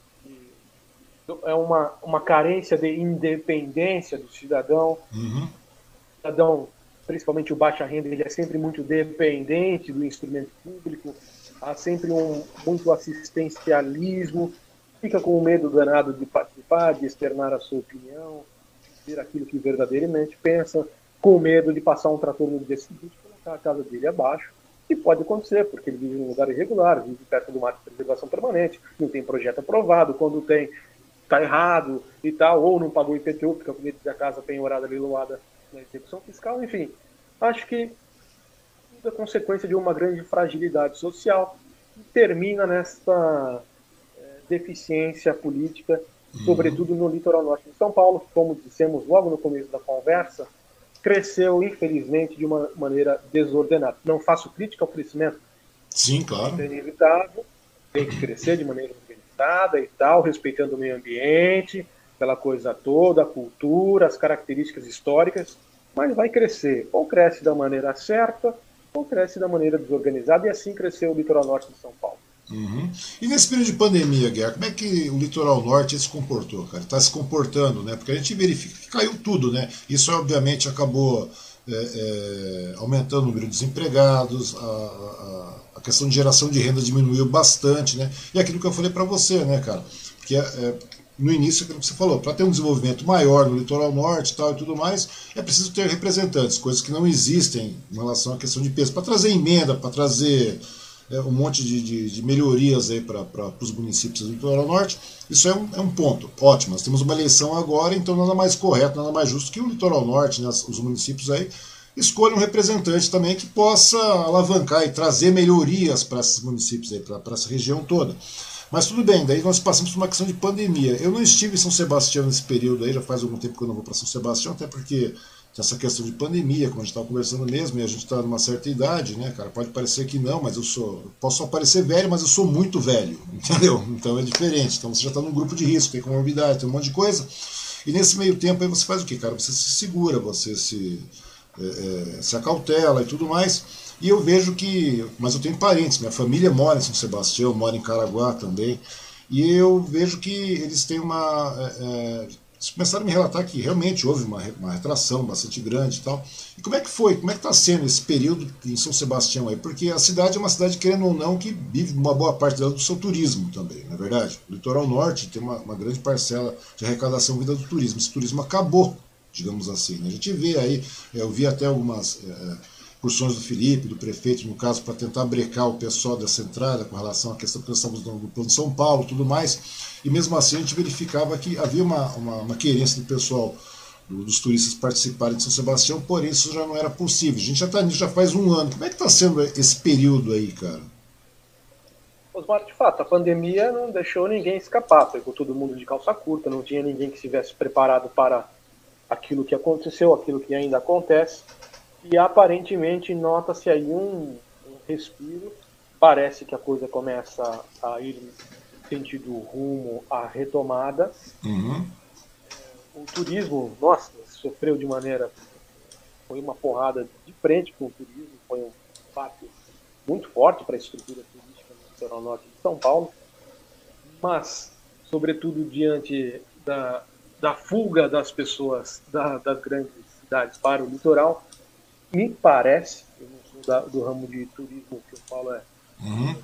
é uma, uma carência de independência do cidadão. Uhum. O cidadão, principalmente o baixa renda, ele é sempre muito dependente do instrumento público, há sempre um muito assistencialismo, fica com medo danado de participar, de externar a sua opinião, dizer aquilo que verdadeiramente pensa, com medo de passar um trator no dia seguinte e colocar a casa dele abaixo. E pode acontecer, porque ele vive em um lugar irregular, vive perto do mato de preservação permanente, não tem projeto aprovado, quando tem, está errado e tal, ou não pagou I P T U, porque a bonita da casa penhorada leiloada na execução fiscal, enfim. Acho que tudo é consequência de uma grande fragilidade social que termina nessa é, deficiência política, uhum. sobretudo no litoral norte de São Paulo, que, como dissemos logo no começo da conversa, cresceu, infelizmente, de uma maneira desordenada. Não faço crítica ao crescimento. Sim, claro. É inevitável, tem que crescer de maneira organizada e tal, respeitando o meio ambiente, aquela coisa toda, a cultura, as características históricas, mas vai crescer. Ou cresce da maneira certa, ou cresce da maneira desorganizada, e assim cresceu o litoral norte de São Paulo. Uhum. E nesse período de pandemia, Guerra, como é que o litoral norte se comportou, cara? Está se comportando, né? Porque a gente verifica que caiu tudo, né? Isso obviamente acabou é, é, aumentando o número de desempregados, a, a, a questão de geração de renda diminuiu bastante, né? E aquilo que eu falei para você, né, cara? Porque é, no início, aquilo que você falou, para ter um desenvolvimento maior no litoral norte e tal e tudo mais, é preciso ter representantes, coisas que não existem em relação à questão de peso, para trazer emenda, para trazer É, um monte de, de, de melhorias para os municípios do litoral norte. Isso é um, é um ponto ótimo. Nós temos uma eleição agora, então nada mais correto, nada mais justo que o litoral norte, né, os municípios aí, escolham um representante também que possa alavancar e trazer melhorias para esses municípios, para essa região toda. Mas tudo bem, daí nós passamos por uma questão de pandemia. Eu não estive em São Sebastião nesse período aí, já faz algum tempo que eu não vou para São Sebastião, até porque essa questão de pandemia, como a gente estava conversando mesmo, e a gente está numa certa idade, né, cara? Pode parecer que não, mas eu sou. Posso só parecer velho, mas eu sou muito velho, entendeu? Então é diferente. Então você já está num grupo de risco, tem comorbidade, tem um monte de coisa. E nesse meio tempo aí você faz o quê, cara? Você se segura, você se, é, é, se acautela e tudo mais. E eu vejo que. Mas eu tenho parentes, minha família mora em São Sebastião, mora em Caraguá também. E eu vejo que eles têm uma. É, começaram a me relatar que realmente houve uma, uma retração bastante grande e tal. E como é que foi? Como é que está sendo esse período em São Sebastião aí? Porque a cidade é uma cidade, querendo ou não, que vive uma boa parte dela do seu turismo também, não é verdade? O litoral norte tem uma, uma grande parcela de arrecadação vinda do turismo. Esse turismo acabou, digamos assim, né? A gente vê aí, eu vi até algumas é, cursões do Felipe, do prefeito, no caso, para tentar brecar o pessoal dessa entrada com relação à questão que nós estamos no plano de São Paulo e tudo mais. E mesmo assim a gente verificava que havia uma, uma, uma querência do pessoal dos turistas participarem de São Sebastião, porém isso já não era possível. A gente já está nisso já faz um ano. Como é que está sendo esse período aí, cara? Osmar, de fato, a pandemia não deixou ninguém escapar, pegou todo mundo de calça curta, não tinha ninguém que estivesse preparado para aquilo que aconteceu, aquilo que ainda acontece, e aparentemente nota-se aí um, um respiro, parece que a coisa começa a ir no sentido rumo à retomada. Uhum. O turismo, nossa, sofreu de maneira, foi uma porrada de frente com o turismo, foi um impacto muito forte para a estrutura turística no litoral norte de São Paulo, mas, sobretudo diante da, da fuga das pessoas da, das grandes cidades para o litoral, me parece, eu não sou da, do ramo de turismo, que eu falo é Uhum.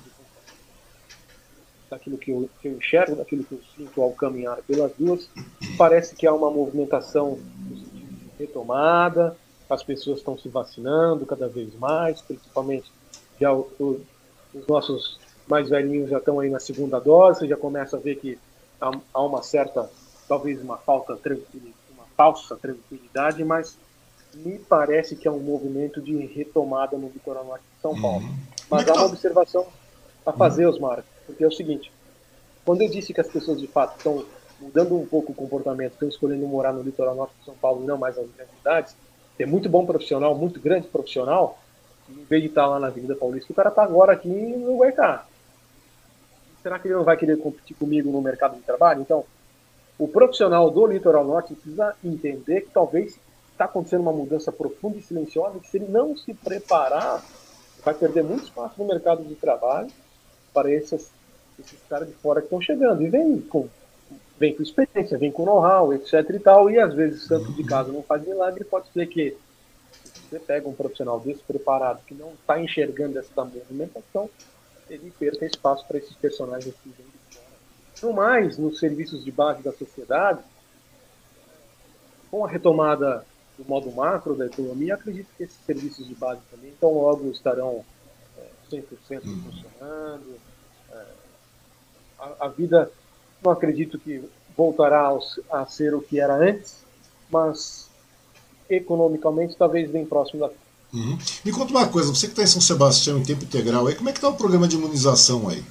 daquilo que eu, que eu enxergo, daquilo que eu sinto ao caminhar pelas duas, parece que há uma movimentação no sentido de retomada, as pessoas estão se vacinando cada vez mais, principalmente já o, o, os nossos mais velhinhos já estão aí na segunda dose, já começa a ver que há, há uma certa, talvez uma falta tranquilidade, uma falsa tranquilidade, mas me parece que é um movimento de retomada no litoral norte de São Paulo. Uhum. Mas há uma observação a fazer, Osmar, porque é o seguinte, quando eu disse que as pessoas de fato estão mudando um pouco o comportamento, estão escolhendo morar no litoral norte de São Paulo e não mais nas grandes cidades, tem muito bom profissional, muito grande profissional, e em vez de estar lá na Avenida Paulista, o cara está agora aqui no Guaicá. Será que ele não vai querer competir comigo no mercado de trabalho? Então, o profissional do litoral norte precisa entender que talvez está acontecendo uma mudança profunda e silenciosa, que se ele não se preparar, vai perder muito espaço no mercado de trabalho para esses, esses caras de fora que estão chegando. E vem com, vem com experiência, vem com know-how, etc e tal, e às vezes santo de casa não faz milagre, pode ser que você pega um profissional despreparado que não está enxergando essa movimentação, ele perca espaço para esses personagens que vêm de fora. No mais, nos serviços de base da sociedade, com a retomada do modo macro da economia, acredito que esses serviços de base também, então logo estarão é, cem por cento funcionando. É, a, a vida, não acredito que voltará aos, a ser o que era antes, mas economicamente talvez bem próximo da. Uhum. Me conta uma coisa, você que está em São Sebastião em tempo integral, aí, como é que está o programa de imunização aí?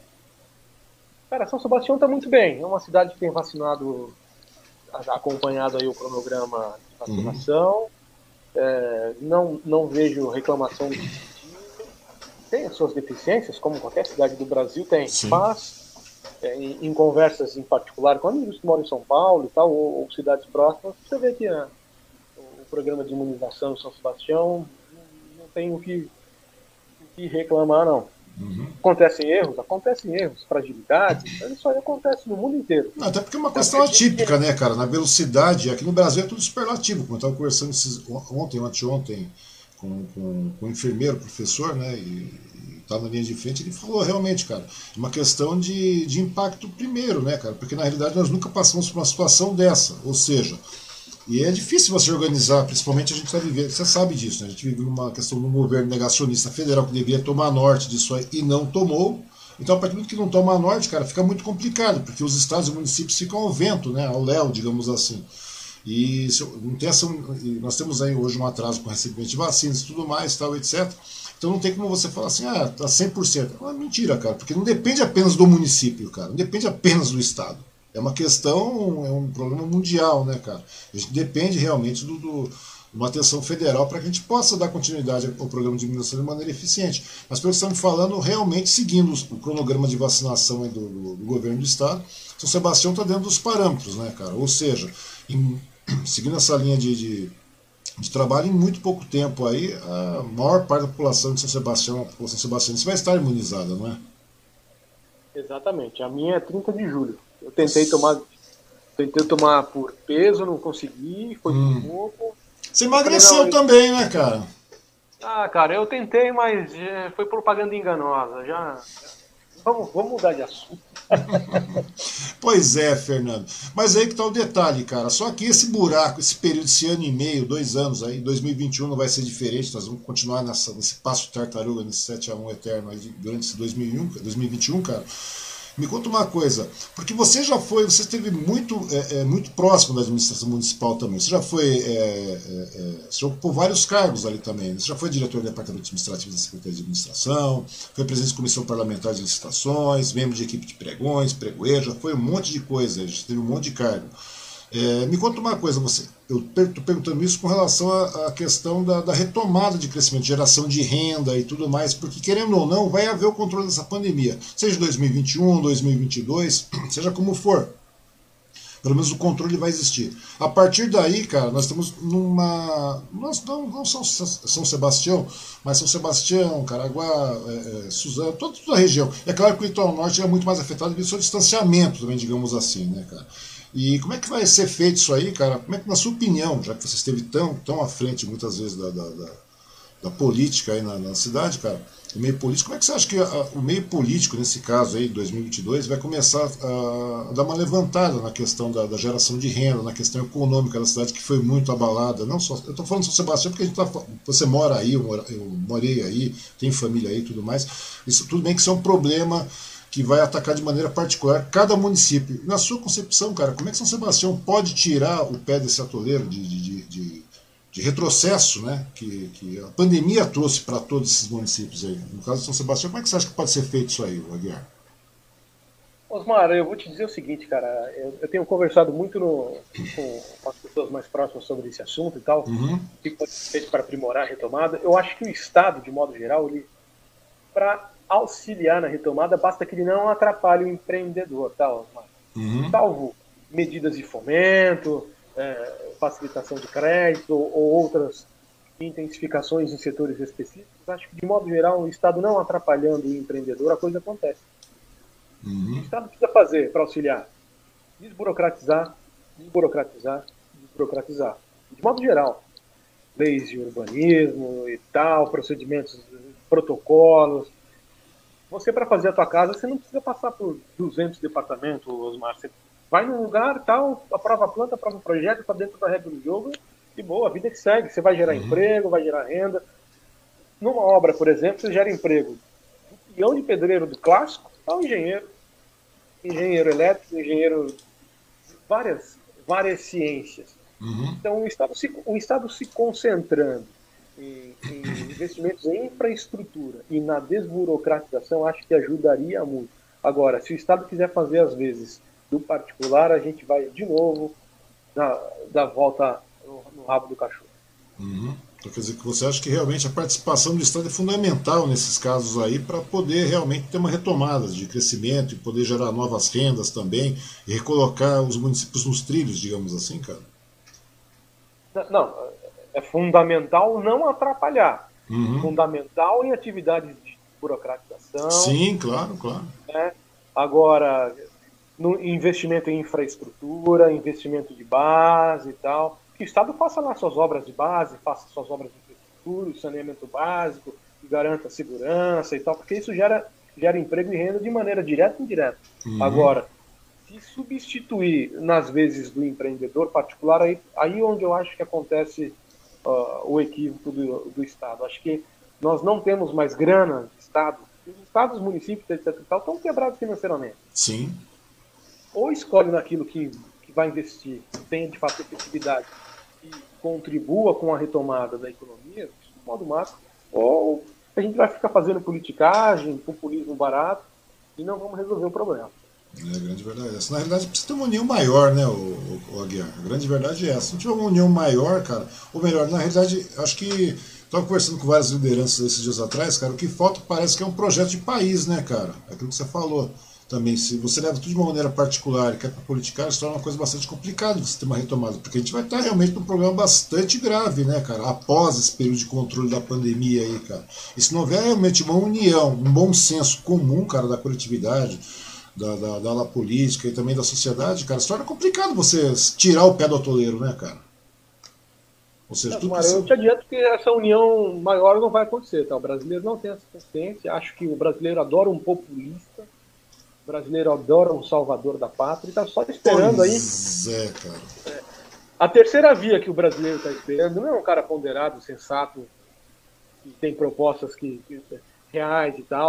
Cara, São Sebastião está muito bem. É uma cidade que tem vacinado, acompanhado aí o cronograma de vacinação. Uhum. É, não, não vejo reclamação de tem as suas deficiências, como qualquer cidade do Brasil tem, Sim. mas é, em, em conversas em particular com amigos que moram em São Paulo e tal, ou, ou cidades próximas, você vê que a, o programa de imunização em São Sebastião não, não tem o que, o que reclamar, não. Uhum. Acontecem erros, acontecem erros, fragilidades, isso aí acontece no mundo inteiro. Não, até porque é uma questão atípica, né, cara? Na velocidade, aqui no Brasil é tudo superlativo, como eu estava conversando esses, ontem, anteontem, com, com, com um enfermeiro, professor, né, e está na linha de frente, ele falou realmente, cara, uma questão de, de impacto primeiro, né, cara? Porque na realidade nós nunca passamos por uma situação dessa, ou seja, e é difícil você organizar, principalmente a gente está vivendo, você sabe disso, né? A gente vive uma questão de um governo negacionista federal que deveria tomar norte disso aí e não tomou. Então, a partir do momento que não toma norte, cara, fica muito complicado, porque os estados e municípios ficam ao vento, né? Ao léu, digamos assim. E não tem essa, nós temos aí hoje um atraso com o recebimento de vacinas e tudo mais, tal, etcétera. Então não tem como você falar assim, ah, tá cem por cento. É uma mentira, cara, porque não depende apenas do município, cara, não depende apenas do estado. É uma questão, é um problema mundial, né, cara? A gente depende realmente do, do, de uma atenção federal para que a gente possa dar continuidade ao programa de imunização de maneira eficiente. Mas pelo que estão me falando, realmente seguindo o cronograma de vacinação aí do, do, do governo do estado, São Sebastião está dentro dos parâmetros, né, cara? Ou seja, em, seguindo essa linha de, de, de trabalho, em muito pouco tempo aí, a maior parte da população de São Sebastião, a população sebastianense vai estar imunizada, não é? Exatamente. A minha é trinta de julho. Eu tentei tomar, tentei tomar por peso, não consegui, foi hum. por pouco. Você emagreceu falei, também, né, cara? Ah, cara, eu tentei, mas foi propaganda enganosa. Já, vamos, vamos mudar de assunto. Pois é, Fernando. Mas aí que tá o detalhe, cara. Só que esse buraco, esse período, esse ano e meio, dois anos aí, dois mil e vinte e um não vai ser diferente. Nós vamos continuar nessa, nesse passo de tartaruga, nesse sete a um eterno aí durante esse dois mil e vinte e um, cara. Me conta uma coisa, porque você já foi, você esteve muito, é, é, muito próximo da administração municipal também. Você já foi, é, é, é, você já ocupou vários cargos ali também. Né? Você já foi diretor do Departamento Administrativo da Secretaria de Administração, foi presidente da Comissão Parlamentar de Licitações, membro de equipe de pregões, pregoeiro, já foi um monte de coisa, já teve um monte de cargo. É, me conta uma coisa, você, eu estou perguntando isso com relação à, à questão da, da retomada de crescimento, geração de renda e tudo mais, porque querendo ou não, vai haver o controle dessa pandemia, seja dois mil e vinte e um, dois mil e vinte e dois, seja como for. Pelo menos o controle vai existir. A partir daí, cara, nós estamos numa. Nós não, não São, São Sebastião, mas São Sebastião, Caraguá, é, é, Suzano, toda, toda a região. É claro que o litoral norte é muito mais afetado devido ao seu distanciamento também, digamos assim, né, cara? E como é que vai ser feito isso aí, cara? Como é que, na sua opinião, já que você esteve tão, tão à frente muitas vezes da, da, da, da política aí na, na cidade, cara, o meio político, como é que você acha que a, o meio político, nesse caso aí, dois mil e vinte e dois, vai começar a, a dar uma levantada na questão da, da geração de renda, na questão econômica da cidade, que foi muito abalada? Não só, eu estou falando de São Sebastião porque a gente tá, você mora aí, eu, mora, eu morei aí, tenho família aí e tudo mais. Isso, tudo bem que isso é um problema que vai atacar de maneira particular cada município. Na sua concepção, cara, como é que São Sebastião pode tirar o pé desse atoleiro de, de, de, de retrocesso, né, que, que a pandemia trouxe para todos esses municípios aí? No caso de São Sebastião, como é que você acha que pode ser feito isso aí, Aguiar? Osmar, eu vou te dizer o seguinte, cara, eu, eu tenho conversado muito no, com as pessoas mais próximas sobre esse assunto e tal, uhum. o que pode ser feito para aprimorar a retomada. Eu acho que o Estado, de modo geral, ele, para auxiliar na retomada, basta que ele não atrapalhe o empreendedor, tá, Osmar? Uhum. Salvo medidas de fomento, é, facilitação de crédito ou, ou outras intensificações em setores específicos, acho que, de modo geral, o Estado não atrapalhando o empreendedor, a coisa acontece. Uhum. O Estado precisa fazer para auxiliar? Desburocratizar, desburocratizar, desburocratizar. De modo geral, leis de urbanismo e tal, procedimentos, protocolos. Você, para fazer a tua casa, você não precisa passar por duzentos departamentos, Osmar. Você vai num lugar, tal, aprova a planta, aprova o projeto, está dentro da regra do jogo e boa, a vida que segue. Você vai gerar uhum. emprego, vai gerar renda. Numa obra, por exemplo, você gera emprego do peão de pedreiro do clássico ao engenheiro. Engenheiro elétrico, engenheiro... Várias, várias ciências. Uhum. Então, o Estado se, o Estado se concentrando Em, em investimentos em infraestrutura e na desburocratização, acho que ajudaria muito. Agora, se o Estado quiser fazer às vezes do particular, a gente vai de novo dar, dar volta no, no rabo do cachorro. Uhum. Então, quer dizer que você acha que realmente a participação do Estado é fundamental nesses casos aí para poder realmente ter uma retomada de crescimento e poder gerar novas rendas também e recolocar os municípios nos trilhos, digamos assim, cara? Não, é fundamental não atrapalhar. Uhum. Fundamental em atividades de burocratização. Sim, claro, claro. Né? Agora, no investimento em infraestrutura, investimento de base e tal. Que o Estado faça lá suas obras de base, faça suas obras de infraestrutura, saneamento básico, que garanta segurança e tal, porque isso gera, gera emprego e renda de maneira direta e indireta. Uhum. Agora, se substituir nas vezes do empreendedor particular, aí, aí onde eu acho que acontece Uh, o equívoco do, do Estado. Acho que nós não temos mais grana de Estado. Os Estados, os municípios, etcétera e tal, estão quebrados financeiramente. Sim. Ou escolhe naquilo que, que vai investir, que tenha de fato efetividade e contribua com a retomada da economia, de modo macro, ou a gente vai ficar fazendo politicagem, populismo barato e não vamos resolver o problema. É a grande verdade é essa. Na realidade, precisa ter uma união maior, né, o, o, o Aguiar? A grande verdade é essa. Se não tiver uma união maior, cara, ou melhor, na realidade, acho que estava conversando com várias lideranças esses dias atrás, cara, o que falta parece que é um projeto de país, né, cara? É aquilo que você falou também. Se você leva tudo de uma maneira particular e quer para politicar, isso torna uma coisa bastante complicada de você ter uma retomada, porque a gente vai estar realmente num problema bastante grave, né, cara, após esse período de controle da pandemia aí, cara. E se não houver realmente uma união, um bom senso comum, cara, da coletividade, Da, da, da ala política e também da sociedade, cara, se torna complicado você tirar o pé do atoleiro, né, cara? Ou seja, não, tudo Mário, eu te adianto que essa união maior não vai acontecer, tá? O brasileiro não tem essa consciência, acho que o brasileiro adora um populista, o brasileiro adora um salvador da pátria, e tá só esperando pois aí. É, cara. É, a terceira via que o brasileiro está esperando não é um cara ponderado, sensato, que tem propostas que, que, reais e tal,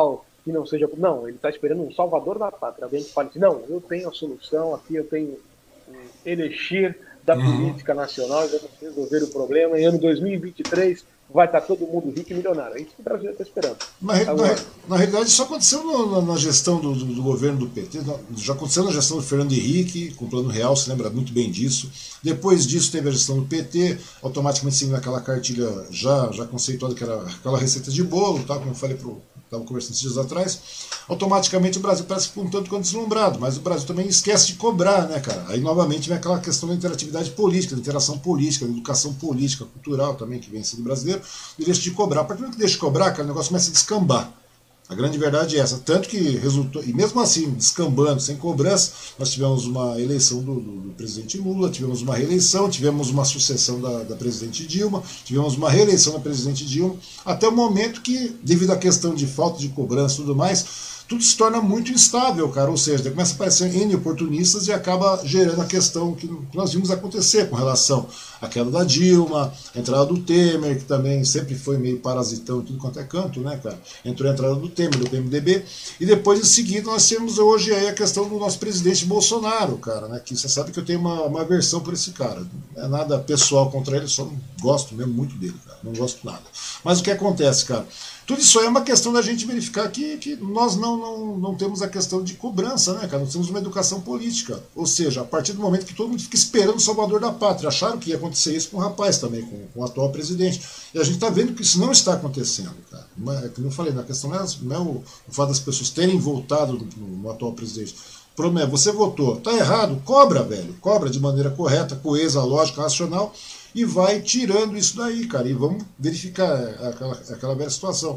que não seja... Não, ele está esperando um salvador da pátria, alguém que fale assim, não, eu tenho a solução, aqui eu tenho o elixir da Uhum. política nacional, vamos resolver o problema, em ano dois mil e vinte e três vai estar todo mundo rico e milionário. É isso que o brasileiro está esperando. Na, re- na, Agora, re- na realidade, isso aconteceu no- na, na gestão do, do- do governo do P T, na- já aconteceu na gestão do Fernando Henrique, com o Plano Real, se lembra muito bem disso. Depois disso, teve a gestão do P T, automaticamente seguindo aquela cartilha já, já conceituada, que era aquela receita de bolo, tá? Como eu falei, estava conversando esses dias atrás. Automaticamente o Brasil parece que fica um tanto quanto deslumbrado, mas o Brasil também esquece de cobrar, né, cara? Aí novamente vem aquela questão da interatividade política, da interação política, da educação política, cultural também, que vem sendo brasileiro, e deixa de cobrar. A partir do momento que deixa de cobrar, cara, o negócio começa a descambar. A grande verdade é essa. Tanto que resultou, e mesmo assim, descambando, sem cobrança, nós tivemos uma eleição do, do, do presidente Lula, tivemos uma reeleição, tivemos uma sucessão da, da presidente Dilma, tivemos uma reeleição da presidente Dilma, até o momento que, devido à questão de falta de cobrança e tudo mais, tudo se torna muito instável, cara. Ou seja, começa a aparecer N oportunistas e acaba gerando a questão que nós vimos acontecer com relação à queda da Dilma, a entrada do Temer, que também sempre foi meio parasitão em tudo quanto é canto, né, cara? Entrou a entrada do Temer, do P M D B, e depois em seguida nós temos hoje aí a questão do nosso presidente Bolsonaro, cara, né? Que você sabe que eu tenho uma, uma aversão por esse cara. Não é nada pessoal contra ele, só não gosto mesmo muito dele, cara. Não gosto nada. Mas o que acontece, cara? Tudo isso aí é uma questão da gente verificar que, que nós não, não, não temos a questão de cobrança, né, cara? Nós temos uma educação política. Ou seja, a partir do momento que todo mundo fica esperando o salvador da pátria. Acharam que ia acontecer isso com o rapaz também, com, com o atual presidente. E a gente está vendo que isso não está acontecendo, cara. É, como eu falei, a questão não é, não é o, o fato das pessoas terem votado no, no atual presidente. O problema é, você votou, tá errado, cobra, velho. Cobra de maneira correta, coesa, lógica, racional, e vai tirando isso daí, cara. E vamos verificar aquela, aquela velha situação.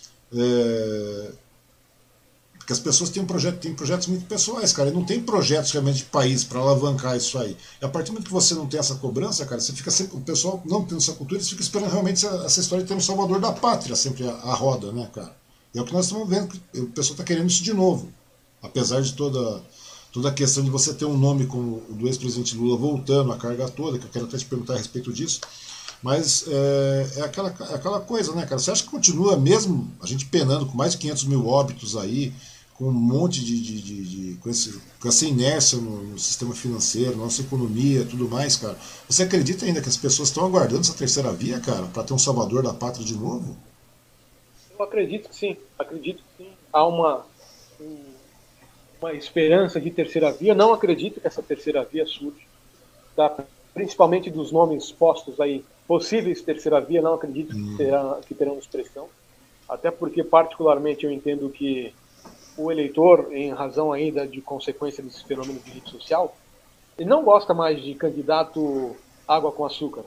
É... Porque as pessoas têm, um projeto, têm projetos muito pessoais, cara. E não tem projetos realmente de país para alavancar isso aí. E a partir do momento que você não tem essa cobrança, cara, você fica sempre. O pessoal não tendo essa cultura, eles ficam esperando realmente essa, essa história de ter um salvador da pátria, sempre a, a roda, né, cara? E é o que nós estamos vendo, que o pessoal está querendo isso de novo. Apesar de toda. Toda a questão de você ter um nome como o do ex-presidente Lula voltando a carga toda, que eu quero até te perguntar a respeito disso, mas é, é, aquela, é aquela coisa, né, cara? Você acha que continua mesmo a gente penando com mais de quinhentos mil óbitos aí, com um monte de. de, de, de com, esse, com essa inércia no, no sistema financeiro, na nossa economia tudo mais, cara? Você acredita ainda que as pessoas estão aguardando essa terceira via, cara, para ter um salvador da pátria de novo? eu acredito que sim. Acredito que sim. Há uma. Um uma esperança de terceira via. Não acredito que essa terceira via surja, tá? Principalmente dos nomes postos aí, possíveis terceira via, não acredito que, terá, que terão expressão, até porque particularmente eu entendo que o eleitor, em razão ainda de consequência desse fenômeno de rede social, ele não gosta mais de candidato água com açúcar.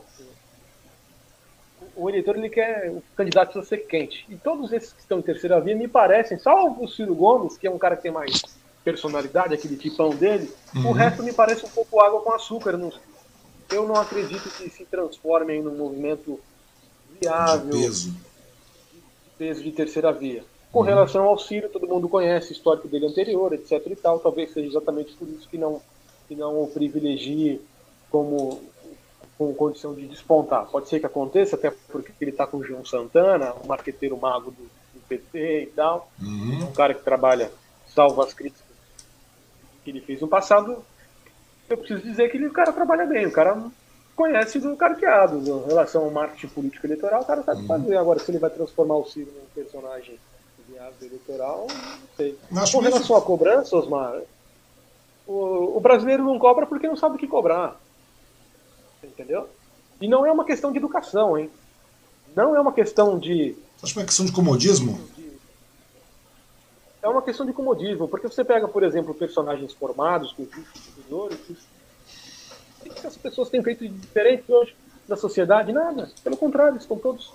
O eleitor, ele quer o candidato precisa ser quente. E todos esses que estão em terceira via me parecem, salvo o Ciro Gomes, que é um cara que tem mais personalidade, aquele tipão dele, uhum. O resto me parece um pouco água com açúcar. Não, eu não acredito que se transformem num movimento viável de peso de, de, peso de terceira via. Com uhum. relação ao Ciro, todo mundo conhece o histórico dele anterior, etc e tal, talvez seja exatamente por isso que não, que não o privilegie como com condição de despontar. Pode ser que aconteça, até porque ele está com o João Santana, um marqueteiro mago do, do P T e tal, uhum. Um cara que trabalha, salvo as críticas que ele fez no passado. Eu preciso dizer que ele, o cara trabalha bem, o cara conhece do carteado, em relação ao marketing político eleitoral, o cara sabe uhum. fazer. Agora, se ele vai transformar o Ciro num personagem viável eleitoral, não sei. Acho Com relação mesmo. à cobrança, Osmar, o, o brasileiro não cobra porque não sabe o que cobrar. Entendeu? E não é uma questão de educação, hein? Não é uma questão de... Você acha que é uma questão de comodismo? É uma questão de comodismo, porque você pega, por exemplo, personagens formados, com seguidores, o que as pessoas têm feito de diferente hoje na sociedade? Nada. Pelo contrário, estão todos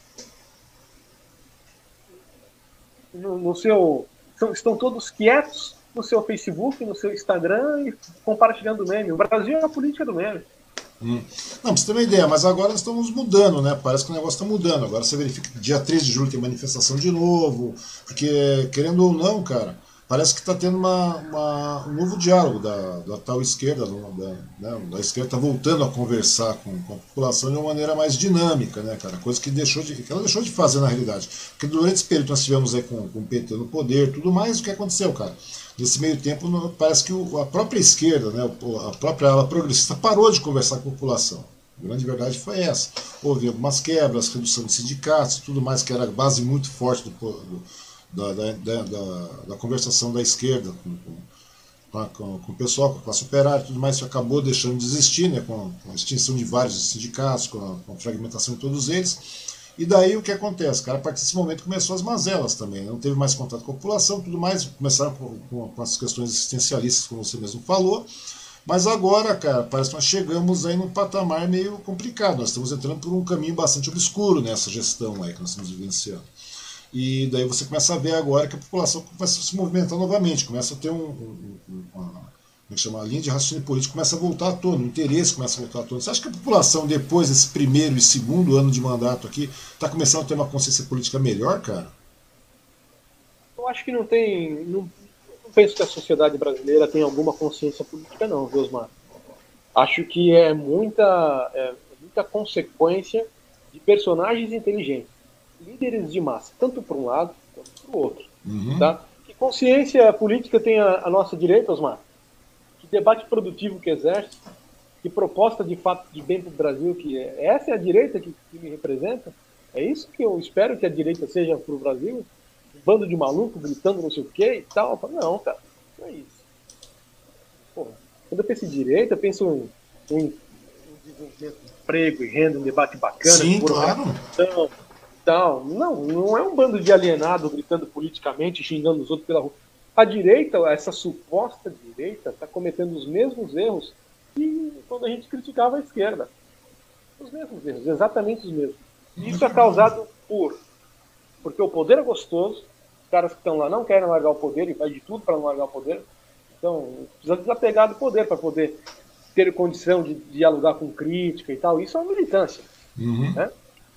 no, no seu... Estão, estão todos quietos no seu Facebook, no seu Instagram e compartilhando meme. O Brasil é a política do meme. Hum. Não, pra você ter uma ideia, mas agora nós estamos mudando, né? Parece que o negócio está mudando. Agora você verifica que dia três de julho tem manifestação de novo, porque, querendo ou não, cara, parece que está tendo uma, uma, um novo diálogo da, da tal esquerda, da, né, da esquerda está voltando a conversar com, com a população de uma maneira mais dinâmica, né, cara? Coisa que, deixou de, que ela deixou de fazer na realidade. Porque durante esse período que nós tivemos aí com, com o P T no poder, tudo mais, o que aconteceu, cara? Nesse meio tempo, parece que o, a própria esquerda, né, a própria ala progressista parou de conversar com a população. A grande verdade foi essa. Houve algumas quebras, redução de sindicatos, tudo mais, que era a base muito forte do, do, da, da, da, da, da conversação da esquerda com, com, com, com o pessoal, com a classe operária, tudo mais, isso acabou deixando de existir, né, com, com a extinção de vários sindicatos, com a, com a fragmentação de todos eles. E daí o que acontece, cara? A partir desse momento começou as mazelas também, não teve mais contato com a população, tudo mais, começaram com, com, com as questões existencialistas, como você mesmo falou. Mas agora, cara, parece que nós chegamos aí num patamar meio complicado. Nós estamos entrando por um caminho bastante obscuro nessa gestão aí que nós estamos vivenciando. E daí você começa a ver agora que a população começa a se movimentar novamente, começa a ter um, um, um, uma, como é que chama? A linha de raciocínio político começa a voltar à tona, o interesse começa a voltar à tona. Você acha que a população, depois desse primeiro e segundo ano de mandato aqui, está começando a ter uma consciência política melhor, cara? Eu acho que não tem. Não, não penso que a sociedade brasileira tem alguma consciência política, não, viu, Osmar? Acho que é muita, é, muita consequência de personagens inteligentes, líderes de massa, tanto para um lado quanto para o outro. Uhum. Tá? Que consciência política tem a, a nossa direita, Osmar? Que debate produtivo que exerce? Que proposta de fato de bem para o Brasil que é? Essa é a direita que, que me representa? É isso que eu espero que a direita seja para o Brasil? Um bando de maluco gritando não sei o que e tal? Não, cara, não é isso. Porra, quando eu penso em direita, eu penso em, em, em desenvolvimento de emprego e renda, um debate bacana. Sim, claro. Tal. Não, não é um bando de alienado gritando politicamente, xingando os outros pela rua. A direita, essa suposta direita, está cometendo os mesmos erros que quando a gente criticava a esquerda. Os mesmos erros, exatamente os mesmos. E isso é causado por porque o poder é gostoso, os caras que estão lá não querem largar o poder e faz de tudo para não largar o poder. Então, precisa desapegar do poder para poder ter condição de dialogar com crítica e tal. Isso é uma militância. Uhum. Né?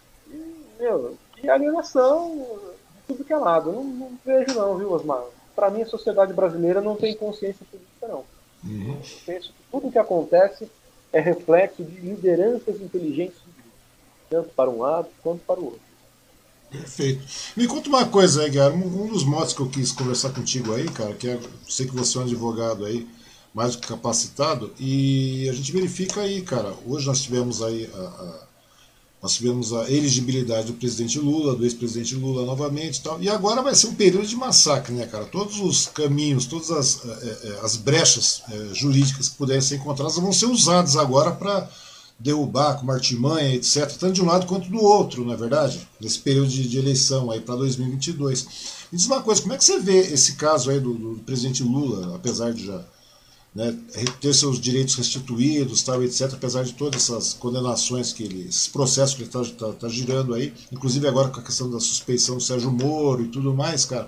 E, meu, e alienação de tudo que é lado. Eu não, não vejo não, viu, Osmar? Para mim, a sociedade brasileira não tem consciência política, não. Uhum. Eu penso que tudo que acontece é reflexo de lideranças inteligentes, tanto para um lado quanto para o outro. Perfeito. Me conta uma coisa aí, Guilherme. Um dos modos que eu quis conversar contigo aí, cara, que é, sei que você é um advogado aí, mais do que capacitado, e a gente verifica aí, cara, hoje nós tivemos aí a, a, nós tivemos a elegibilidade do presidente Lula, do ex-presidente Lula novamente e tal, e agora vai ser um período de massacre, né, cara? Todos os caminhos, todas as, as brechas jurídicas que puderem ser encontradas vão ser usadas agora para derrubar com uma artimanha, etcétera, tanto de um lado quanto do outro, não é verdade? Nesse período de, de eleição aí para dois mil e vinte e dois. Me diz uma coisa, como é que você vê esse caso aí do, do presidente Lula, apesar de já, né, ter seus direitos restituídos, tal, etcétera, apesar de todas essas condenações que ele, esses processos que ele está tá, tá girando aí, inclusive agora com a questão da suspeição do Sérgio Moro e tudo mais, cara.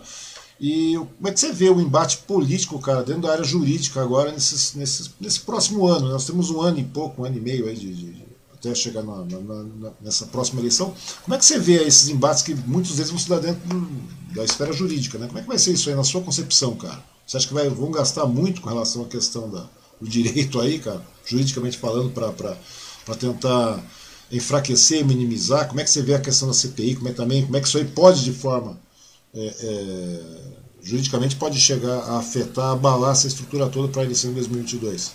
E como é que você vê o embate político, cara, dentro da área jurídica agora, nesses, nesses, nesse próximo ano? Nós temos um ano e pouco, um ano e meio aí de, de, de até chegar na, na, na, nessa próxima eleição. Como é que você vê esses embates que muitas vezes vão se dar dentro do, da esfera jurídica, né? Como é que vai ser isso aí na sua concepção, cara? Você acha que vai, vão gastar muito com relação à questão da, do direito aí, cara, juridicamente falando, para tentar enfraquecer, minimizar? Como é que você vê a questão da C P I? Como é, também, como é que isso aí pode, de forma... É, é, juridicamente pode chegar a afetar, abalar essa estrutura toda para a eleição de dois mil e vinte e dois?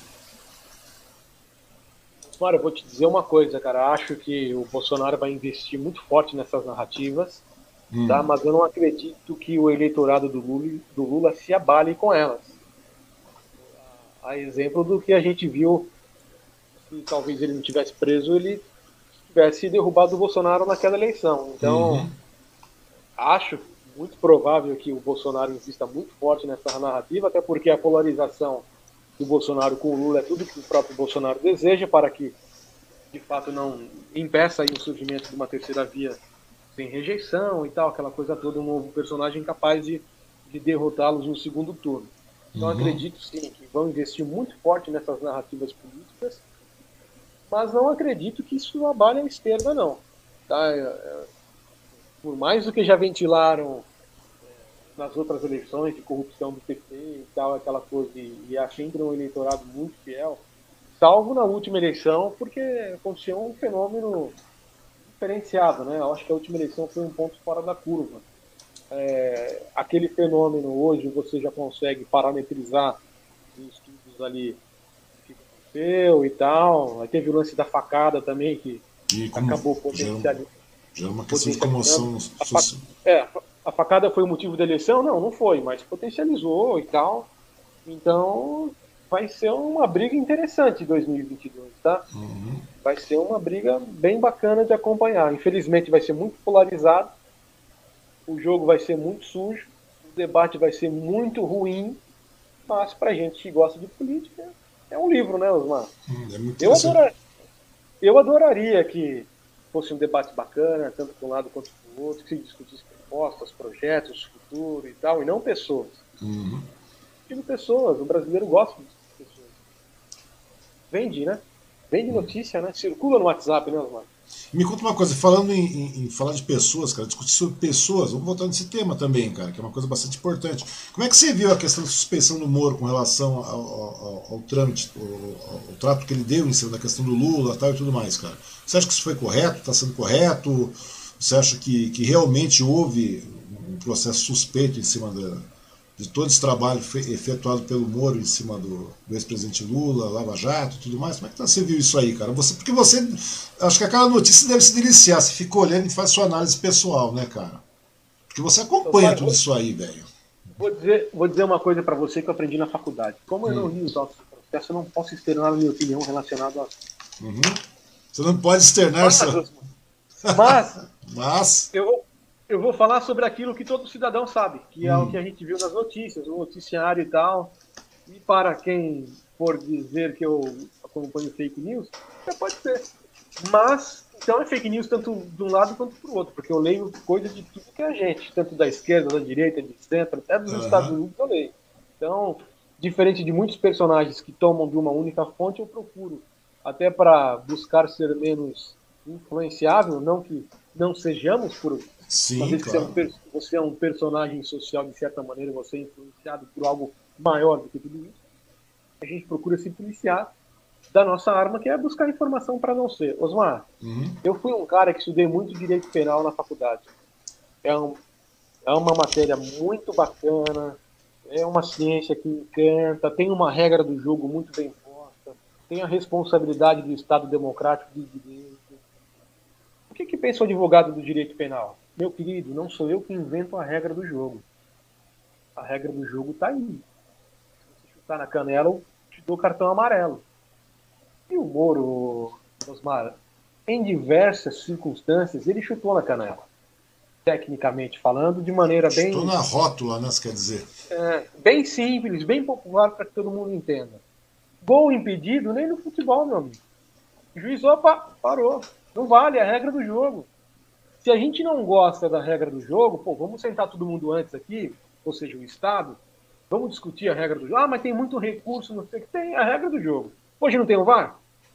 Mário, eu vou te dizer uma coisa, cara. Acho que o Bolsonaro vai investir muito forte nessas narrativas, hum. tá? Mas eu não acredito que o eleitorado do Lula, do Lula se abale com elas. A exemplo do que a gente viu, se talvez ele não tivesse preso, ele tivesse derrubado o Bolsonaro naquela eleição. Então, uhum. acho muito provável que o Bolsonaro insista muito forte nessa narrativa, até porque a polarização do Bolsonaro com o Lula é tudo que o próprio Bolsonaro deseja para que, de fato, não impeça aí o surgimento de uma terceira via sem rejeição e tal, aquela coisa toda, um novo personagem capaz de, de derrotá-los no segundo turno. Então, uhum. acredito, sim, que vão investir muito forte nessas narrativas políticas, mas não acredito que isso abale a esquerda, não. Tá? Por mais do que já ventilaram nas outras eleições de corrupção do P T e tal, aquela coisa, e, e há sempre um eleitorado muito fiel, salvo na última eleição, porque aconteceu um fenômeno diferenciado, né? Eu acho que a última eleição foi um ponto fora da curva. É, aquele fenômeno hoje você já consegue parametrizar os estudos ali que aconteceu e tal. Aí teve o lance da facada também, que E como acabou gera, potencializando. gera uma questão de comoção A, fa social. é, a facada foi o motivo da eleição? Não, não foi, mas potencializou e tal. Então vai ser uma briga interessante em dois mil e vinte e dois, tá? Uhum. Vai ser uma briga bem bacana de acompanhar. Infelizmente vai ser muito polarizado, o jogo vai ser muito sujo, o debate vai ser muito ruim, mas pra gente que gosta de política, é um livro, né, Osmar? Hum, é muito Eu, interessante. adora, eu adoraria que fosse um debate bacana, tanto para um lado quanto para o outro, que se discutisse propostas, projetos, futuro e tal, e não pessoas. Uhum. Digo pessoas, o brasileiro gosta de pessoas. Vende, né? Vende notícia, né? Circula no WhatsApp, né, Osmar? Me conta uma coisa, falando em, em, em falar de pessoas, cara, discutir sobre pessoas, vamos voltar nesse tema também, cara, que é uma coisa bastante importante. Como é que você viu a questão da suspeição do Moro com relação ao, ao, ao, ao trâmite, ao, ao trato que ele deu em cima da questão do Lula tal, e tudo mais, cara? Você acha que isso foi correto, está sendo correto? Você acha que, que realmente houve um processo suspeito em cima da, de todo esse trabalho efetuado pelo Moro em cima do, do ex-presidente Lula, Lava Jato e tudo mais? Como é que você viu isso aí, cara? Você, porque você, acho que aquela notícia deve se deliciar, você fica olhando e faz sua análise pessoal, né, cara? Porque você acompanha Osmar, tudo vou, isso aí, velho. vou, dizer, vou dizer uma coisa para você que eu aprendi na faculdade. Como eu não Hum. li os autos do processo, eu não posso externar a minha opinião relacionada a... Uhum. Você não pode externar Mas, sua... mas Mas... eu, eu vou falar sobre aquilo que todo cidadão sabe, que é hum. o que a gente viu nas notícias, no noticiário e tal. E para quem for dizer que eu acompanho fake news, já pode ser. Mas, então é fake news tanto de um lado quanto do outro, porque eu leio coisas de tudo que é a gente, tanto da esquerda, da direita, de centro, até dos Uhum. Estados Unidos eu leio. Então, diferente de muitos personagens que tomam de uma única fonte, eu procuro, até para buscar ser menos influenciável, não que não sejamos, por uma Sim, vez que você é, claro. um, você é um personagem social, de certa maneira, você é influenciado por algo maior do que tudo isso, a gente procura se policiar da nossa arma, que é buscar informação para não ser. Osmar, Uhum. eu fui um cara que estudei muito direito penal na faculdade. É, um, é uma matéria muito bacana, é uma ciência que encanta, tem uma regra do jogo muito bem posta, tem a responsabilidade do Estado democrático de direito. O que, que pensa o advogado do direito penal? Meu querido, não sou eu que invento a regra do jogo. A regra do jogo está aí. Se você chutar na canela, eu te dou cartão amarelo. E o Moro, Osmar, em diversas circunstâncias, ele chutou na canela. Tecnicamente falando, de maneira bem... Estou na rótula, né, você quer dizer? É, bem simples, bem popular para que todo mundo entenda. Gol impedido nem no futebol, meu amigo. O juiz, opa, parou. Não vale, é a regra do jogo. Se a gente não gosta da regra do jogo, pô, vamos sentar todo mundo antes aqui, ou seja, o Estado, vamos discutir a regra do jogo. Ah, mas tem muito recurso, não sei o que. Tem a regra do jogo. Hoje não tem o V A R?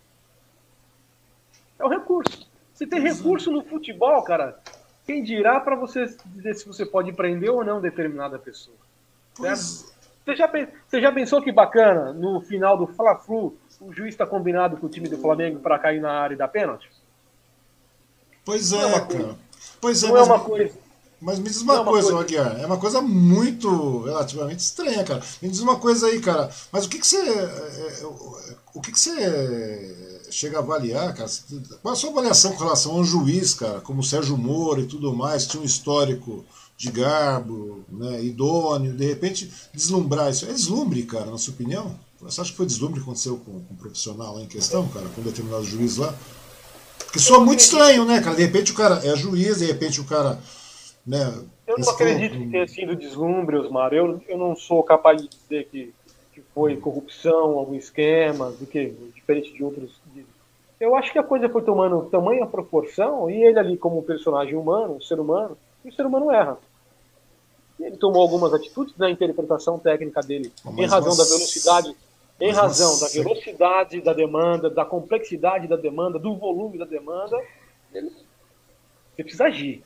É o recurso. Se tem recurso no futebol, cara, quem dirá para você dizer se você pode prender ou não determinada pessoa? Certo? Você já, você já pensou que bacana, no final do Fla-Flu, o juiz está combinado com o time do Flamengo para cair na área e dar pênalti? Pois Não é é, uma coisa. cara. Pois é, Não é mas, uma coisa. mas me diz Não é uma uma coisa, coisa. Aguiar. É uma coisa muito relativamente estranha, cara. Me diz uma coisa aí, cara. Mas o que, que você. é, é, O que, que você chega a avaliar, cara? Qual a sua avaliação com relação a um juiz, cara, como o Sérgio Moro e tudo mais, tinha um histórico de garbo, né, idôneo, de repente deslumbrar isso? É deslumbre, cara, na sua opinião? Você acha que foi deslumbre que aconteceu com, com um profissional lá em questão, cara, com um determinado juiz lá? Porque soa muito estranho, né, cara? De repente o cara é juiz, de repente o cara, né? Eu não acredito que tenha sido deslumbre, Osmar. Eu, eu não sou capaz de dizer que, que foi corrupção, algum esquema, do que, diferente de outros. Eu acho que a coisa foi tomando tamanha proporção, e ele ali como um personagem humano, um ser humano, e o ser humano erra. E ele tomou algumas atitudes na interpretação técnica dele, Mas, em razão mas, da velocidade, em mas, razão mas, da velocidade da demanda, da complexidade da demanda, do volume da demanda. Ele, você precisa agir.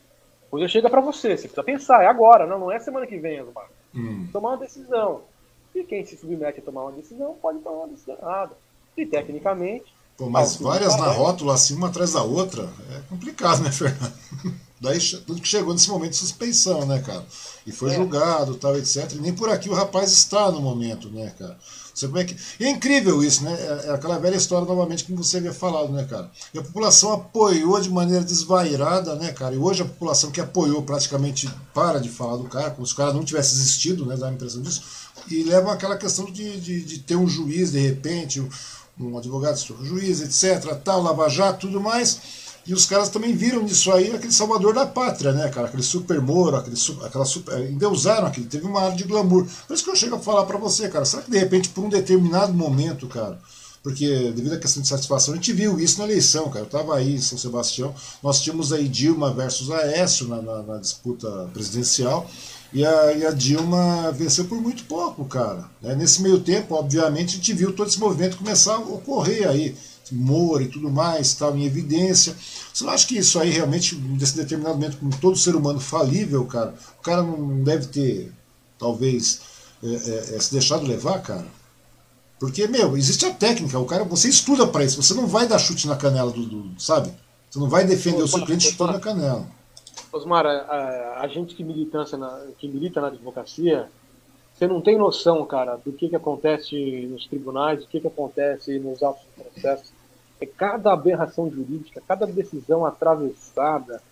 coisa chega para você, você precisa pensar, é agora, não, não é semana que vem, Osmar. Hum. Tomar uma decisão. E quem se submete a tomar uma decisão pode tomar uma decisão errada. E tecnicamente... Pô, mas várias na rótula, assim, uma atrás da outra, é complicado, né, Fernando? Daí tudo que chegou nesse momento de suspeição, né, cara? E foi é. julgado, tal, etcétera. E nem por aqui o rapaz está no momento, né, cara? Você como é que... E é incrível isso, né? É aquela velha história, novamente, que você havia falado, né, cara? E a população apoiou de maneira desvairada, né, cara? E hoje a população que apoiou praticamente para de falar do cara, como se o cara não tivesse existido, né? Dá a impressão disso. E leva aquela questão de, de, de ter um juiz, de repente, um advogado, um juiz, etcétera, tal, Lava Jato, tudo mais... E os caras também viram nisso aí aquele salvador da pátria, né, cara? Aquele super Moro, aquele, aquela super... endeusaram aquele, teve uma área de glamour. Por isso que eu chego a falar pra você, cara, será que de repente por um determinado momento, cara, porque devido à questão de satisfação, a gente viu isso na eleição, cara, eu tava aí em São Sebastião, nós tínhamos aí Dilma versus Aécio na, na, na disputa presidencial, e a, e a Dilma venceu por muito pouco, cara. Né? Nesse meio tempo, obviamente, a gente viu todo esse movimento começar a ocorrer aí, Moro e tudo mais, estava em evidência. Você não acha que isso aí realmente, nesse determinado momento, como todo ser humano falível, cara, o cara não deve ter, talvez, é, é, é, se deixado levar, cara? Porque, meu, existe a técnica, o cara, você estuda para isso, você não vai dar chute na canela do, do sabe? Você não vai defender Osmar, o seu cliente chutando na canela. Osmar, a, a, a gente que, militância na, que milita na advocacia, você não tem noção, cara, do que, que acontece nos tribunais, do que, que acontece nos autos do processo. É cada aberração jurídica, cada decisão atravessada.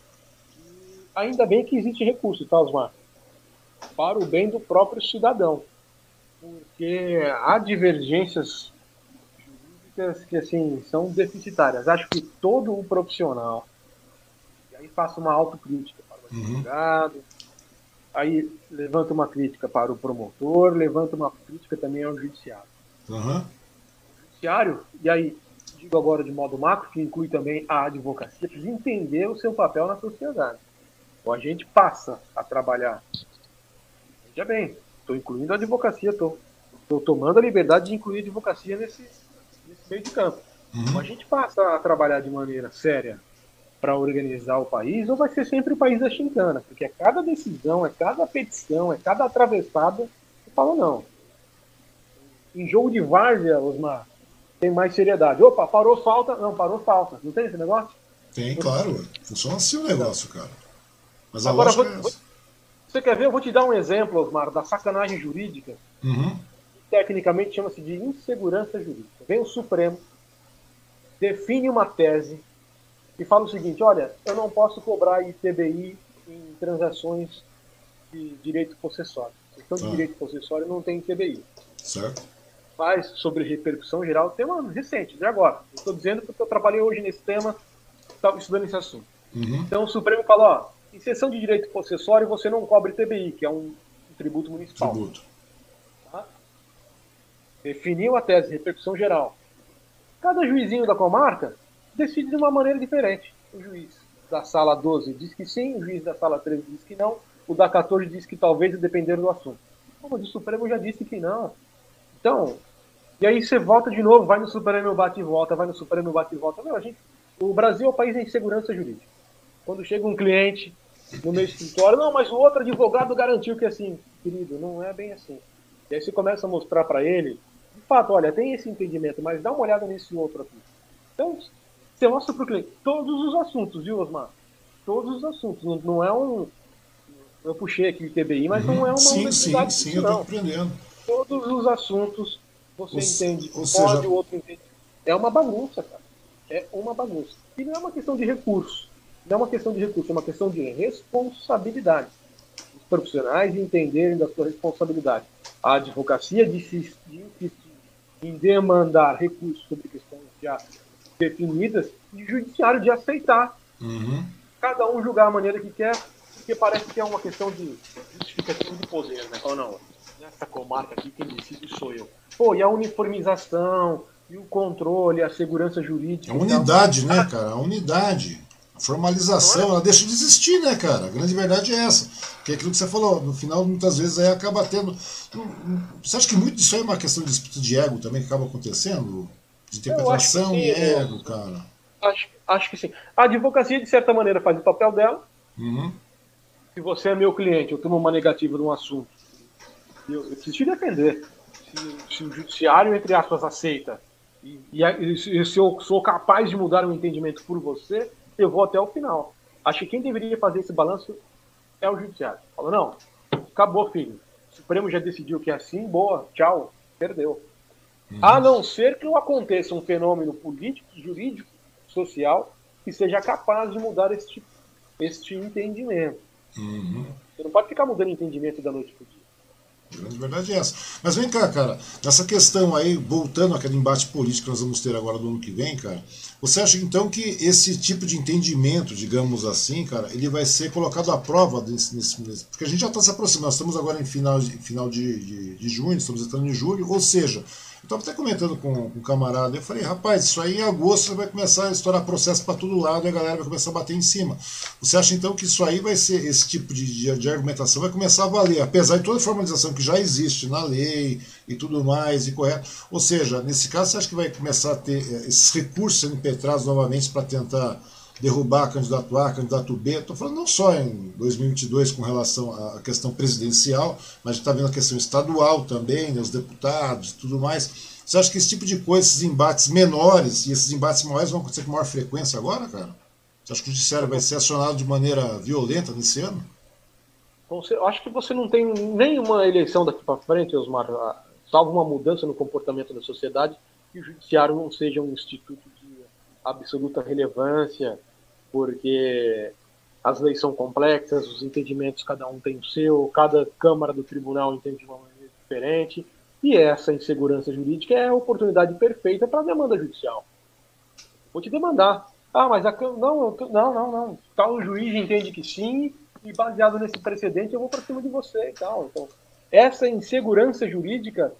Ainda bem que existe recurso, tá, Osmar? Para o bem do próprio cidadão. Porque há divergências jurídicas que, assim, são deficitárias. Acho que todo o profissional, e aí faço uma autocrítica para o advogado, uhum. aí levanta uma crítica para o promotor, levanta uma crítica também ao judiciário. Uhum. O judiciário, e aí... digo agora de modo macro, que inclui também a advocacia, precisa entender o seu papel na sociedade. Então a gente passa a trabalhar. Veja bem, estou incluindo a advocacia, estou tomando a liberdade de incluir a advocacia nesse, nesse meio de campo. Uhum. Então a gente passa a trabalhar de maneira séria para organizar o país, ou vai ser sempre o país da chincana, porque é cada decisão, é cada petição, é cada atravessada, eu falo não. Em jogo de várzea, Osmar, tem mais seriedade. Opa, parou falta? Não, parou falta. Não tem esse negócio? Tem, claro. Funciona assim o negócio, cara. Mas a Agora, lógica vou, é vou, essa. você quer ver? Eu vou te dar um exemplo, Osmar, da sacanagem jurídica. Uhum. Tecnicamente chama-se de insegurança jurídica. Vem o Supremo, define uma tese e fala o seguinte, olha, eu não posso cobrar I T B I em transações de direito possessório. Questão de ah. direito possessório não tem I T B I. Certo. Faz sobre repercussão geral, tema recente, de agora. Estou dizendo porque eu trabalhei hoje nesse tema, estava estudando esse assunto. Uhum. Então o Supremo falou, ó, em sessão de direito possessório você não cobre T B I, que é um, um tributo municipal. Tributo. Tá? Definiu a tese, repercussão geral. Cada juizinho da comarca decide de uma maneira diferente. O juiz da sala doze diz que sim, o juiz da sala treze diz que não, o da quatorze diz que talvez, a depender do assunto. Como o Supremo já disse que não. Então, e aí você volta de novo, vai no Supremo, bate e volta, vai no Supremo, bate e volta. Não, a gente, o Brasil é o país da insegurança jurídica. Quando chega um cliente no meu escritório, não, mas o outro advogado garantiu que assim, querido, não é bem assim. E aí você começa a mostrar para ele, de fato, olha, tem esse entendimento, mas dá uma olhada nesse outro aqui. Então, você mostra para o cliente todos os assuntos, viu, Osmar? Todos os assuntos. Não, não é um... Eu puxei aqui o T B I, mas uhum. não é uma sim, universidade. Sim, sim, eu estou aprendendo. Todos os assuntos você ou, entende, ou pode, seja... o outro entende. É uma bagunça, cara. É uma bagunça. E não é uma questão de recurso. Não é uma questão de recurso, é uma questão de responsabilidade. Os profissionais entenderem da sua responsabilidade. A advocacia de insistir em demandar recursos sobre questões já definidas e o judiciário de aceitar. Uhum. Cada um julgar a maneira que quer, porque parece que é uma questão de justificação de poder, né? Ou não? Nessa comarca aqui, quem decide sou eu. Pô, e a uniformização, e o controle, a segurança jurídica... A unidade, né, cara? A unidade. A formalização, ela deixa de existir, né, cara? A grande verdade é essa. Que é aquilo que você falou, no final, muitas vezes, aí acaba tendo... Você acha que muito disso aí é uma questão de disputa de ego também que acaba acontecendo? De interpretação sim, e ego, cara? Acho, acho que sim. A advocacia, de certa maneira, faz o papel dela, Uhum. Se você é meu cliente, eu tomo uma negativa de um assunto, eu, eu preciso te defender. Se, se o judiciário, entre aspas, aceita, e, e, e se eu sou capaz de mudar o entendimento por você, eu vou até o final. Acho que quem deveria fazer esse balanço é o judiciário. Fala, não, acabou, filho. O Supremo já decidiu que é assim, boa, tchau, perdeu. Uhum. A não ser que não aconteça um fenômeno político, jurídico, social, que seja capaz de mudar este, este entendimento. Uhum. Você não pode ficar mudando entendimento da noite para o dia. A grande verdade é essa. Mas vem cá, cara, nessa questão aí, voltando àquele embate político que nós vamos ter agora no ano que vem, cara, você acha então que esse tipo de entendimento, digamos assim, cara, ele vai ser colocado à prova nesse, nesse, nesse porque a gente já está se aproximando, nós estamos agora em final, de, final de, de, de junho, estamos entrando em julho, ou seja, eu estava até comentando com, com um camarada, eu falei, rapaz, isso aí em agosto vai começar a estourar processo para todo lado e a galera vai começar a bater em cima. Você acha então que isso aí vai ser, esse tipo de, de, de argumentação vai começar a valer, apesar de toda a formalização que já existe na lei e tudo mais, e correto? Ou seja, nesse caso, você acha que vai começar a ter esses recursos sendo impetrados novamente para tentar derrubar candidato A, candidato B? Estou falando não só em dois mil e vinte e dois com relação à questão presidencial, mas a gente está vendo a questão estadual também, né, os deputados e tudo mais. Você acha que esse tipo de coisa, esses embates menores e esses embates maiores vão acontecer com maior frequência agora, cara? Você acha que o judiciário vai ser acionado de maneira violenta nesse ano? Você, eu acho que você não tem nenhuma eleição daqui para frente, Osmar, salvo uma mudança no comportamento da sociedade, que o judiciário não seja um instituto de absoluta relevância, porque as leis são complexas, os entendimentos cada um tem o seu, cada Câmara do Tribunal entende de uma maneira diferente, e essa insegurança jurídica é a oportunidade perfeita para a demanda judicial. Vou te demandar. Ah, mas a não, não, não, não. Tal juiz entende que sim, e baseado nesse precedente eu vou para cima de você e tal. Então, essa insegurança jurídica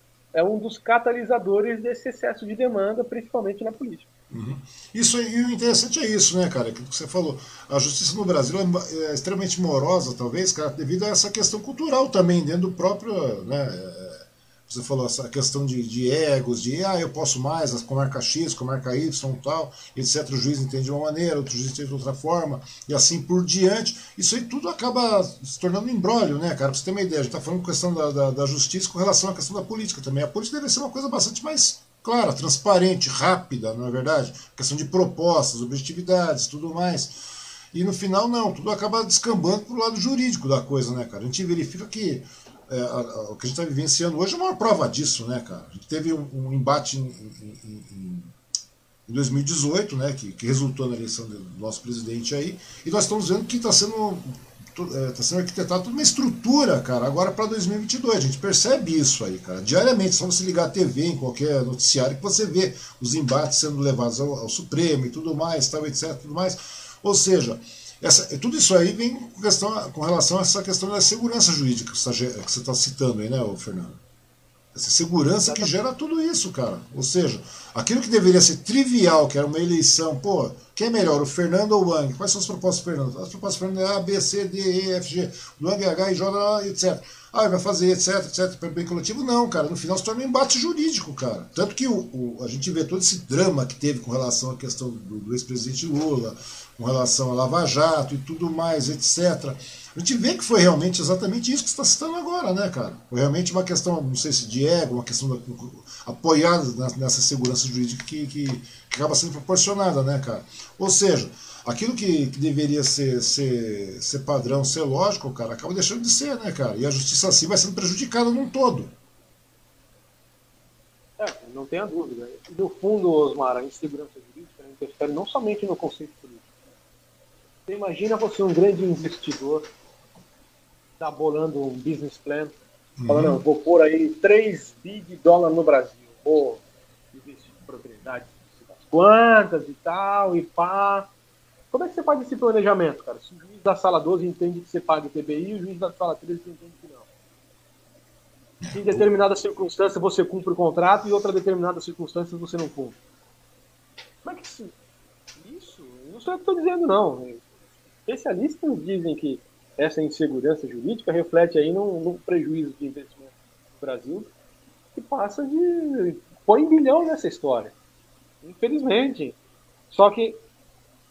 é um dos catalisadores desse excesso de demanda, principalmente na política. Uhum. Isso, e o interessante é isso, né, cara? Aquilo que você falou. A justiça no Brasil é extremamente morosa, talvez, cara, devido a essa questão cultural também, dentro do próprio, né? Você falou essa questão de, de egos, de ah, eu posso mais, a comarca X, comarca Y e tal, etcétera. O juiz entende de uma maneira, outro juiz entende de outra forma, e assim por diante. Isso aí tudo acaba se tornando um imbróglio, né, cara? Pra você ter uma ideia, a gente tá falando questão da, da, da justiça com relação à questão da política também. A política deve ser uma coisa bastante mais clara, transparente, rápida, não é verdade? Questão de propostas, objetividades, tudo mais. E no final, não, tudo acaba descambando pro lado jurídico da coisa, né, cara? A gente verifica que É, a, a, o que a gente está vivenciando hoje é uma prova disso, né, cara? A gente teve um, um embate em, em, em, em dois mil e dezoito, né, que, que resultou na eleição do nosso presidente aí, e nós estamos vendo que está sendo, é, tá sendo arquitetado toda uma estrutura, cara, agora para dois mil e vinte e dois. A gente percebe isso aí, cara. Diariamente, só você ligar a T V em qualquer noticiário que você vê os embates sendo levados ao, ao Supremo e tudo mais, tal, etc, tudo mais. Ou seja, Essa, tudo isso aí vem com, questão, com relação a essa questão da segurança jurídica que você está citando aí, né, Fernando? Essa segurança que gera tudo isso, cara. Ou seja, aquilo que deveria ser trivial, que era uma eleição, pô, quem é melhor, o Fernando ou o Wang? Quais são as propostas do Fernando? As propostas do Fernando é A, B, C, D, E, F, G. Do Wang é H, I, J, etcétera. Ah, vai fazer, etc, etc, para bem coletivo. Não, cara, no final se torna um embate jurídico, cara. Tanto que o, o, a gente vê todo esse drama que teve com relação à questão do, do ex-presidente Lula, com relação a Lava Jato e tudo mais, etcétera. A gente vê que foi realmente exatamente isso que você está citando agora, né, cara? Foi realmente uma questão, não sei se de ego, uma questão da, apoiada nessa segurança jurídica que, que, que acaba sendo proporcionada, né, cara? Ou seja, aquilo que, que deveria ser, ser, ser padrão, ser lógico, cara, acaba deixando de ser, né, cara? E a justiça assim vai sendo prejudicada num todo. É, não tenha dúvida. E no fundo, Osmar, a insegurança jurídica interfere não somente no conceito político. Você imagina você um grande investidor está bolando um business plan, falando, uhum. vou pôr aí três bi de dólar no Brasil, vou investir em propriedades quantas e tal, e pá. Como é que você faz esse planejamento, cara? Se o juiz da sala doze entende que você paga T B I, o juiz da sala treze entende que não. Se em determinada circunstância você cumpre o contrato e em outra determinada circunstância você não cumpre. Como é que isso... Isso, não sou eu que estou dizendo, não. Especialistas dizem que essa insegurança jurídica reflete aí num, num prejuízo de investimento no Brasil que passa de... põe bilhão nessa história. Infelizmente. Só que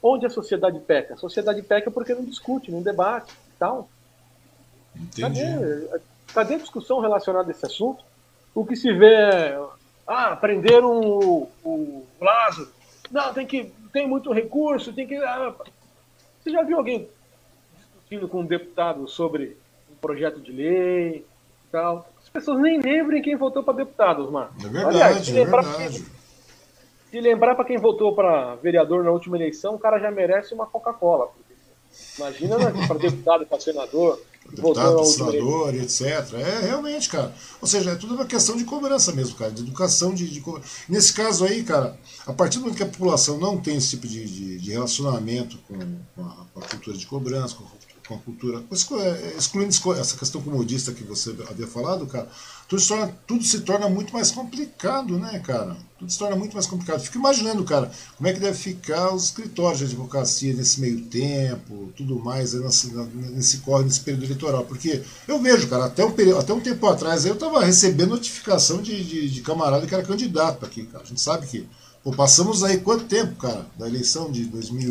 onde a sociedade peca? A sociedade peca porque não discute, não debate e tal. Entendi. Cadê, cadê a discussão relacionada a esse assunto? O que se vê é, ah, prenderam o, o Lázaro. Não, tem que, tem muito recurso, tem que... Ah, você já viu alguém discutindo com um deputado sobre um projeto de lei e tal? As pessoas nem lembram quem votou para deputado, Osmar. É verdade, Aliás, se é lembrar verdade. Quem, se lembrar para quem votou para vereador na última eleição, o cara já merece uma Coca-Cola. Imagina para deputado e para senador. Deputado, senador, etcétera. É, realmente, cara. Ou seja, é tudo uma questão de cobrança mesmo, cara, de educação, de, de cobrança. Nesse caso aí, cara, a partir do momento que a população não tem esse tipo de, de, de relacionamento com, com, a, com a cultura de cobrança, com a, com a cultura, excluindo essa questão comodista que você havia falado, cara, tudo se, torna, tudo se torna muito mais complicado, né, cara? Tudo se torna muito mais complicado. Fico imaginando, cara, como é que deve ficar os escritórios de advocacia nesse meio tempo, tudo mais, nesse, nesse corre, nesse período eleitoral. Porque eu vejo, cara, até um, período, até um tempo atrás eu estava recebendo notificação de, de, de camarada que era candidato aqui, cara. A gente sabe que, pô, passamos aí quanto tempo, cara, da eleição de dois mil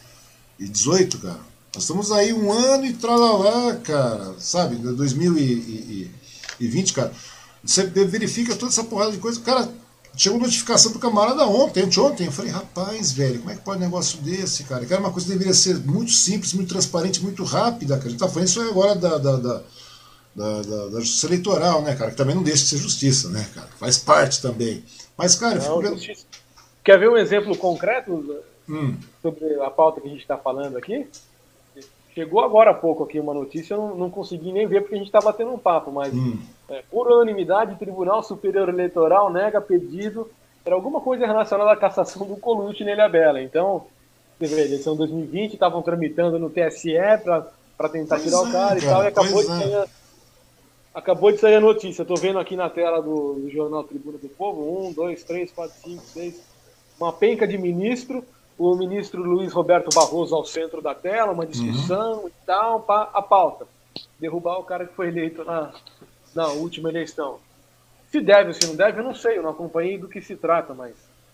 e dezoito, cara? Nós estamos aí um ano e tralalá, cara, sabe, dois mil e vinte, cara. Você verifica toda essa porrada de coisa, cara. Chegou notificação pro camarada ontem, anteontem. Eu falei, rapaz, velho, como é que pode um negócio desse, cara? Que era uma coisa que deveria ser muito simples, muito transparente, muito rápida, cara. A gente tá falando isso agora da, da, da, da, da, da justiça eleitoral, né, cara? Que também não deixa de ser justiça, né, cara? Faz parte também. Mas, cara, eu fico vendo... Quer ver um exemplo concreto hum. sobre a pauta que a gente está falando aqui? Chegou agora há pouco aqui uma notícia, eu não, não consegui nem ver porque a gente está batendo um papo, mas hum. é, por unanimidade, o Tribunal Superior Eleitoral nega pedido para alguma coisa relacionada à cassação do Colucci nele Bela. Então, você vê, eleição dois mil e vinte, estavam tramitando no T S E para tentar pois tirar é, o cara e cara, tal, e acabou de, é. sair a, acabou de sair a notícia. Estou vendo aqui na tela do, do jornal Tribuna do Povo, um, dois, três, quatro, cinco, seis, uma penca de ministro, o ministro Luiz Roberto Barroso ao centro da tela, uma discussão uhum. e tal, pá, a pauta. Derrubar o cara que foi eleito na, na última eleição. Se deve ou se não deve, eu não sei, eu não acompanhei do que se trata, mas...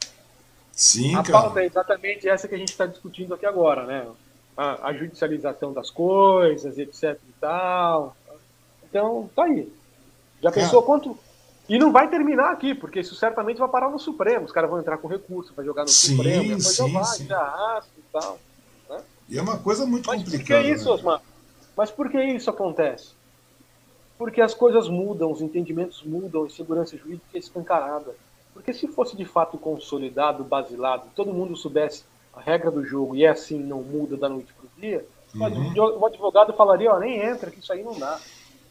Sim, a cara. pauta é exatamente essa que a gente está discutindo aqui agora, né? A, a judicialização das coisas, etc e tal. Então, tá aí. Já pensou cara. Quanto... E não vai terminar aqui, porque isso certamente vai parar no Supremo. Os caras vão entrar com recurso, vai jogar no sim, Supremo, e a coisa sim, vai, sim. já arrasta e tal. Né? E é uma coisa muito Mas complicada. Mas por que isso, né? Osmar? Mas por que isso acontece? Porque as coisas mudam, os entendimentos mudam, a segurança jurídica é escancarada. Porque se fosse de fato consolidado, basilado, todo mundo soubesse a regra do jogo e é assim, não muda da noite para o dia, uhum. o advogado falaria, ó, nem entra, que isso aí não dá.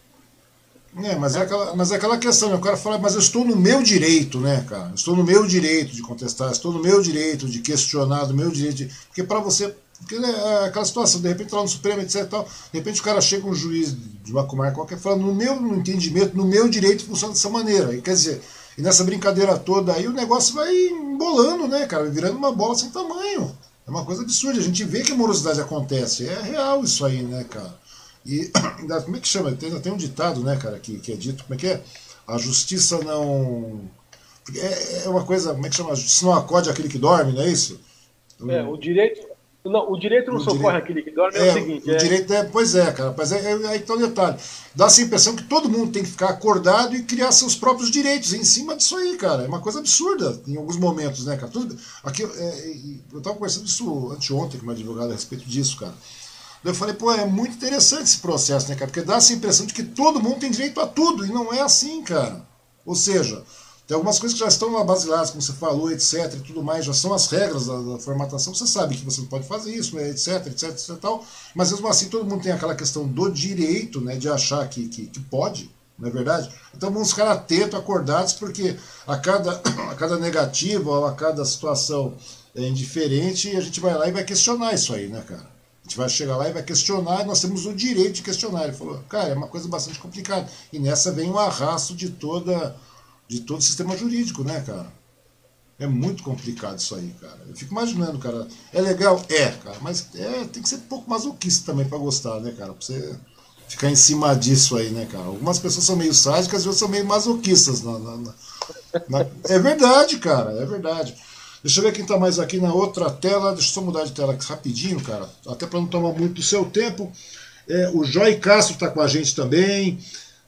É, mas é aquela, mas é aquela questão, né? O cara fala, mas eu estou no meu direito, né, cara? Eu estou no meu direito de contestar, estou no meu direito de questionar, no meu direito de... Porque para você... Porque né, é aquela situação, de repente tá lá no Supremo, etc e tal, de repente o cara chega um juiz de uma comarca qualquer falando, no meu entendimento, no meu direito funciona dessa maneira. E quer dizer, e nessa brincadeira toda aí o negócio vai embolando, né, cara? Virando uma bola sem tamanho. É uma coisa absurda. A gente vê que a morosidade acontece. É real isso aí, né, cara? E como é que chama? Tem, tem um ditado, né, cara, que, que é dito, como é que é? A justiça não... É, é uma coisa, como é que chama? A justiça não acode aquele que dorme, não é isso? É, o direito... Não, o direito não o socorre direito, aquele que dorme, é, é o seguinte... O é... direito é, pois é, cara, mas é, é, aí tá o detalhe. Dá-se a impressão que todo mundo tem que ficar acordado e criar seus próprios direitos em cima disso aí, cara. É uma coisa absurda em alguns momentos, né, cara? Tudo, aqui, é, eu tava conversando isso anteontem com uma advogada a respeito disso, cara. Eu falei, pô, é muito interessante esse processo, né, cara? Porque dá essa impressão de que todo mundo tem direito a tudo, e não é assim, cara. Ou seja, tem algumas coisas que já estão lá basiladas, como você falou, etc, e tudo mais, já são as regras da, da formatação, você sabe que você não pode fazer isso, etc, etc, etc e tal, mas mesmo assim todo mundo tem aquela questão do direito, né, de achar que, que, que pode, não é verdade? Então vamos ficar atentos, acordados, porque a cada, a cada negativa, ou a cada situação é indiferente, a gente vai lá e vai questionar isso aí, né, cara? A gente vai chegar lá e vai questionar, e nós temos o direito de questionar. Ele falou, cara, é uma coisa bastante complicada. E nessa vem um arrasto de, toda, de todo o sistema jurídico, né, cara? É muito complicado isso aí, cara. Eu fico imaginando, cara. É legal? É, cara. Mas é, tem que ser um pouco masoquista também pra gostar, né, cara? Pra você ficar em cima disso aí, né, cara? Algumas pessoas são meio sádicas e outras são meio masoquistas. Na, na, na, na... É verdade, cara. É verdade. Deixa eu ver quem está mais aqui na outra tela. Deixa eu só mudar de tela aqui rapidinho, cara. Até para não tomar muito do seu tempo. É, o Joy Castro está com a gente também.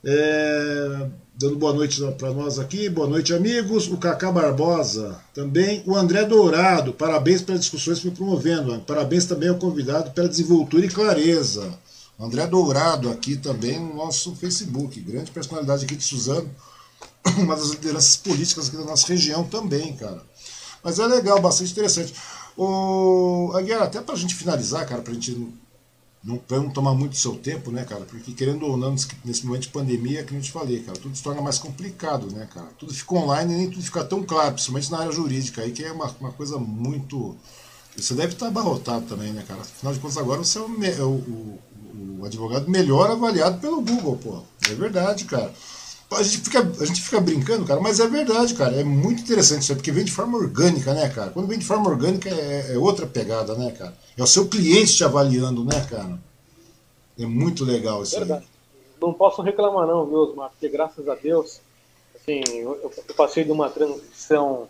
É, dando boa noite para nós aqui. Boa noite, amigos. O Cacá Barbosa também. O André Dourado. Parabéns pelas discussões que foi promovendo. Parabéns também ao convidado pela desenvoltura e clareza. O André Dourado aqui também no nosso Facebook. Grande personalidade aqui de Suzano. Uma das lideranças políticas aqui da nossa região também, cara. Mas é legal, bastante interessante. O Aguiar, até pra gente finalizar, cara, pra gente não, pra não tomar muito do seu tempo, né, cara? Porque querendo ou não, nesse momento de pandemia, que a gente falei, cara, tudo se torna mais complicado, né, cara? Tudo fica online e nem tudo fica tão claro, principalmente na área jurídica aí, que é uma, uma coisa muito... Você deve estar abarrotado também, né, cara? Afinal de contas, agora você é o, o, o, o advogado melhor avaliado pelo Google, pô. É verdade, cara. A gente, fica, a gente fica brincando, cara, mas é verdade, cara. É muito interessante isso aí, porque vem de forma orgânica, né, cara? Quando vem de forma orgânica é, é outra pegada, né, cara? É o seu cliente te avaliando, né, cara? É muito legal isso verdade. aí. Não posso reclamar não, viu, Osmar? Porque graças a Deus, assim, eu, eu passei de uma transição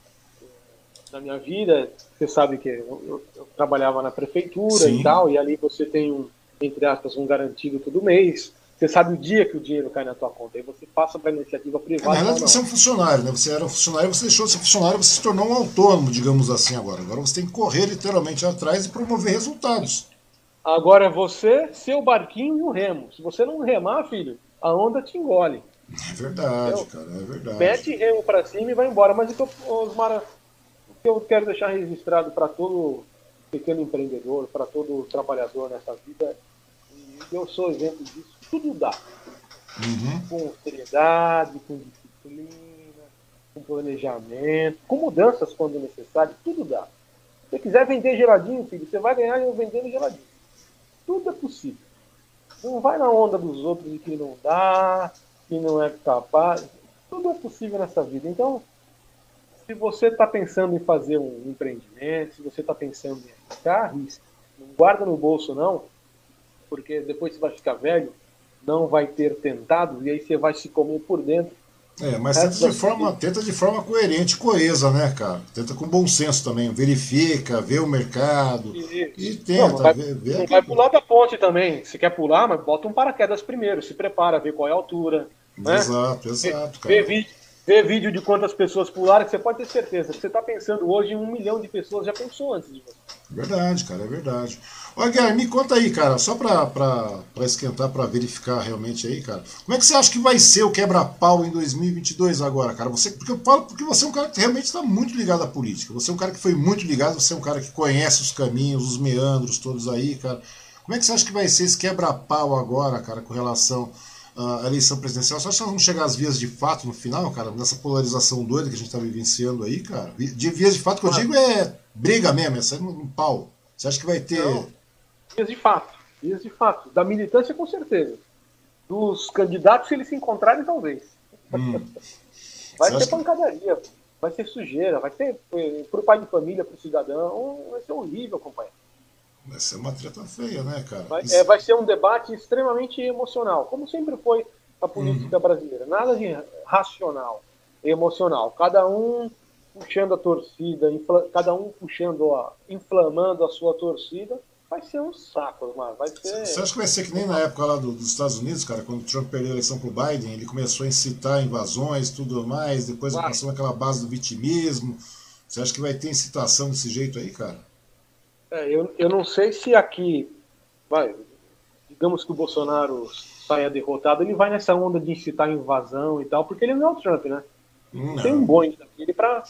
na minha vida. Você sabe que eu, eu, eu trabalhava na prefeitura Sim. e tal, e ali você tem um, entre aspas, um garantido todo mês. Você sabe o dia que o dinheiro cai na tua conta. Aí você passa para a iniciativa privada. É, na verdade, você é um funcionário, né? Você era um funcionário, você deixou de ser funcionário, você se tornou um autônomo, digamos assim, agora. Agora você tem que correr literalmente atrás e promover resultados. Agora é você, seu barquinho e o remo. Se você não remar, filho, a onda te engole. É verdade, Entendeu? cara, é verdade. Mete remo para cima e vai embora. Mas o que eu, Osmar, o que eu quero deixar registrado para todo pequeno empreendedor, para todo trabalhador nessa vida, e eu sou exemplo disso, tudo dá. Uhum. Com seriedade, com disciplina, com planejamento, com mudanças quando necessário, tudo dá. Se você quiser vender geladinho, filho, você vai ganhar vendendo geladinho. Tudo é possível. Não vai na onda dos outros de que não dá, que não é capaz. Tudo é possível nessa vida. Então, se você está pensando em fazer um empreendimento, se você está pensando em arriscar, arrisca. Não guarda no bolso, não, porque depois você vai ficar velho, não vai ter tentado, e aí você vai se comer por dentro. É, mas tenta de, forma, tenta de forma coerente, coesa, né, cara? Tenta com bom senso também. Verifica, vê o mercado. Isso. E tenta. Não, vai, vê, vê não vai pular da ponte também. Se quer pular, mas bota um paraquedas primeiro. Se prepara, vê qual é a altura. Exato, né? exato, vê, cara. Vê, vê vídeo de quantas pessoas pularam, que você pode ter certeza que você está pensando hoje em um milhão de pessoas já pensou antes de você. Verdade, cara, é verdade. Olha, Guilherme, me conta aí, cara, só pra, pra, pra esquentar, pra verificar realmente aí, cara. Como é que você acha que vai ser o quebra-pau em dois mil e vinte e dois agora, cara? Você, porque eu falo porque você é um cara que realmente está muito ligado à política. Você é um cara que foi muito ligado, você é um cara que conhece os caminhos, os meandros todos aí, cara. Como é que você acha que vai ser esse quebra-pau agora, cara, com relação à eleição presidencial? Você acha que nós vamos chegar às vias de fato no final, cara? Nessa polarização doida que a gente tá vivenciando aí, cara? De vias de fato que eu digo é briga mesmo, é sair num pau. Você acha que vai ter... Não. Vias de fato, vias de fato. Da militância, com certeza. Dos candidatos, se eles se encontrarem, talvez. Hum. Vai Você ter pancadaria, que... vai ser sujeira, vai ter, pro pai de família, pro cidadão, vai ser horrível, companheiro. Vai ser uma treta feia, né, cara? Vai, Isso... é, vai ser um debate extremamente emocional, como sempre foi a política uhum. brasileira. Nada de racional, emocional. Cada um puxando a torcida, infla... cada um puxando, a... inflamando a sua torcida. Vai ser um saco, mano. Vai ser... Você acha que vai ser que nem na época lá do, dos Estados Unidos, cara, quando o Trump perdeu a eleição pro Biden, ele começou a incitar invasões, tudo mais, depois vai. Passou naquela base do vitimismo. Você acha que vai ter incitação desse jeito aí, cara? É, eu, eu não sei se aqui, vai, digamos que o Bolsonaro saia derrotado, ele vai nessa onda de incitar invasão e tal, porque ele não é o Trump, né? Não. Tem um Boeing daquele pra...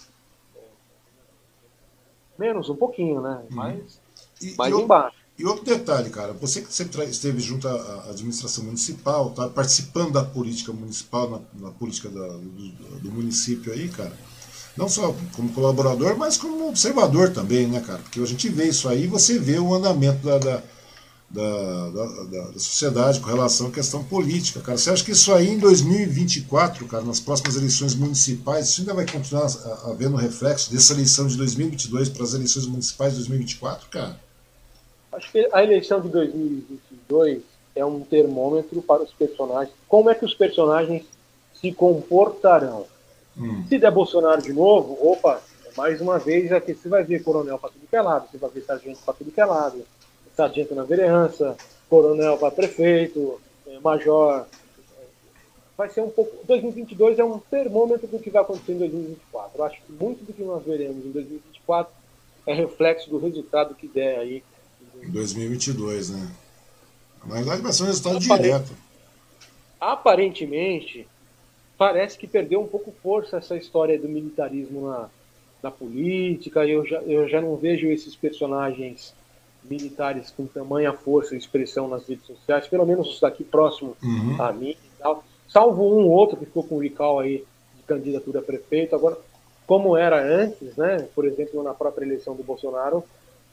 menos, um pouquinho, né? Hum. Mas... E, mais e, embaixo. E outro detalhe, cara, você que sempre esteve junto à administração municipal, tá participando da política municipal, na, na política da, do, do município aí, cara, não só como colaborador, mas como observador também, né, cara? Porque a gente vê isso aí e você vê o andamento da, da, da, da, da sociedade com relação à questão política, cara. Você acha que isso aí em dois mil e vinte e quatro, cara, nas próximas eleições municipais, isso ainda vai continuar havendo reflexo dessa eleição de dois mil e vinte e dois para as eleições municipais de dois mil e vinte e quatro, cara? Acho que a eleição de dois mil e vinte e dois é um termômetro para os personagens. Como é que os personagens se comportarão? Hum. Se der Bolsonaro de novo, opa, Mais uma vez, aqui você vai ver coronel para tudo que é lado, você vai ver sargento para tudo que é lado, sargento na vereança, coronel para prefeito, major. Vai ser um pouco. dois mil e vinte e dois é um termômetro do que vai acontecer em dois mil e vinte e quatro. Eu acho que muito do que nós veremos em dois mil e vinte e quatro é reflexo do resultado que der aí. Em dois mil e vinte e dois, né? Na verdade, vai ser um resultado Aparent... direto. Aparentemente, parece que perdeu um pouco força essa história do militarismo na, na política. Eu já, eu já não vejo esses personagens militares com tamanha força e expressão nas redes sociais, pelo menos os daqui próximo uhum. a mim e tal. Salvo um ou outro que ficou com recall aí de candidatura a prefeito. Agora, como era antes, né? Por exemplo, na própria eleição do Bolsonaro,